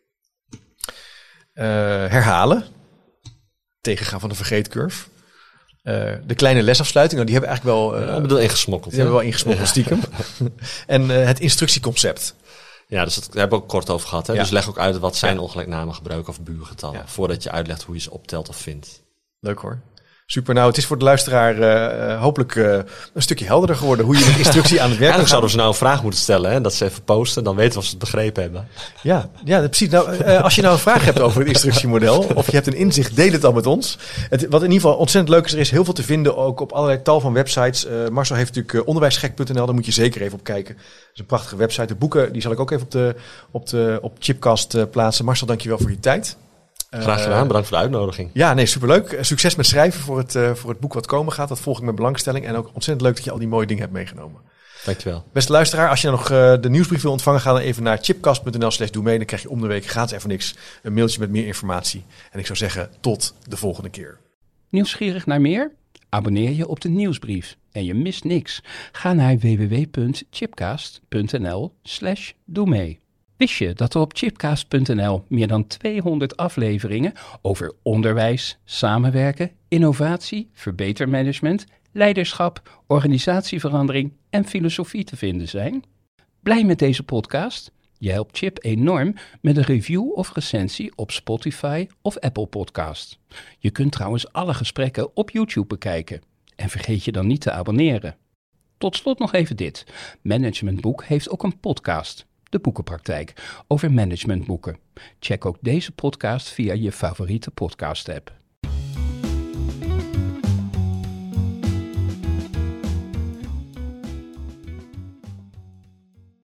Uh, herhalen. Tegengaan van de vergeetcurve. Uh, de kleine lesafsluiting, nou, die hebben we eigenlijk wel... Uh, ja, bedoel ingesmokkeld. Die hebben we wel ingesmokkeld stiekem. En uh, het instructieconcept. Ja, dus dat daar hebben we ook kort over gehad. Hè? Ja. Dus leg ook uit wat zijn ja. ongelijkname gebruiken of buurgetallen. Ja. Voordat je uitlegt hoe je ze optelt of vindt. Leuk hoor. Super, nou het is voor de luisteraar uh, hopelijk uh, een stukje helderder geworden hoe je met instructie aan het werk gaat. Eigenlijk zouden ze nou een vraag moeten stellen, hè? Dat ze even posten, dan weten we of ze het begrepen hebben. Ja, ja precies. Nou, uh, als je nou een vraag hebt over het instructiemodel, of je hebt een inzicht, deel het dan met ons. Het, wat in ieder geval ontzettend leuk is, er is heel veel te vinden, ook op allerlei tal van websites. Uh, Marcel heeft natuurlijk uh, onderwijsgek punt n l, daar moet je zeker even op kijken. Dat is een prachtige website. De boeken, die zal ik ook even op de, op de op Chipcast uh, plaatsen. Marcel, dankjewel voor je tijd. Graag gedaan, bedankt voor de uitnodiging. Ja, nee, superleuk. Succes met schrijven voor het, uh, voor het boek wat komen gaat. Dat volg ik met belangstelling. En ook ontzettend leuk dat je al die mooie dingen hebt meegenomen. Dankjewel. Beste luisteraar, als je nog uh, de nieuwsbrief wil ontvangen, ga dan even naar chipcast punt n l slash doe mee. Dan krijg je om de week gratis even niks een mailtje met meer informatie. En ik zou zeggen, tot de volgende keer. Nieuwsgierig naar meer? Abonneer je op de nieuwsbrief en je mist niks. Ga naar w w w punt chipcast punt n l slash doe mee. Wist je dat er op chipcast punt n l meer dan tweehonderd afleveringen over onderwijs, samenwerken, innovatie, verbetermanagement, leiderschap, organisatieverandering en filosofie te vinden zijn? Blij met deze podcast? Je helpt Chip enorm met een review of recensie op Spotify of Apple Podcast. Je kunt trouwens alle gesprekken op YouTube bekijken. En vergeet je dan niet te abonneren. Tot slot nog even dit. Managementboek heeft ook een podcast. De Boekenpraktijk, over managementboeken. Check ook deze podcast via je favoriete podcast-app.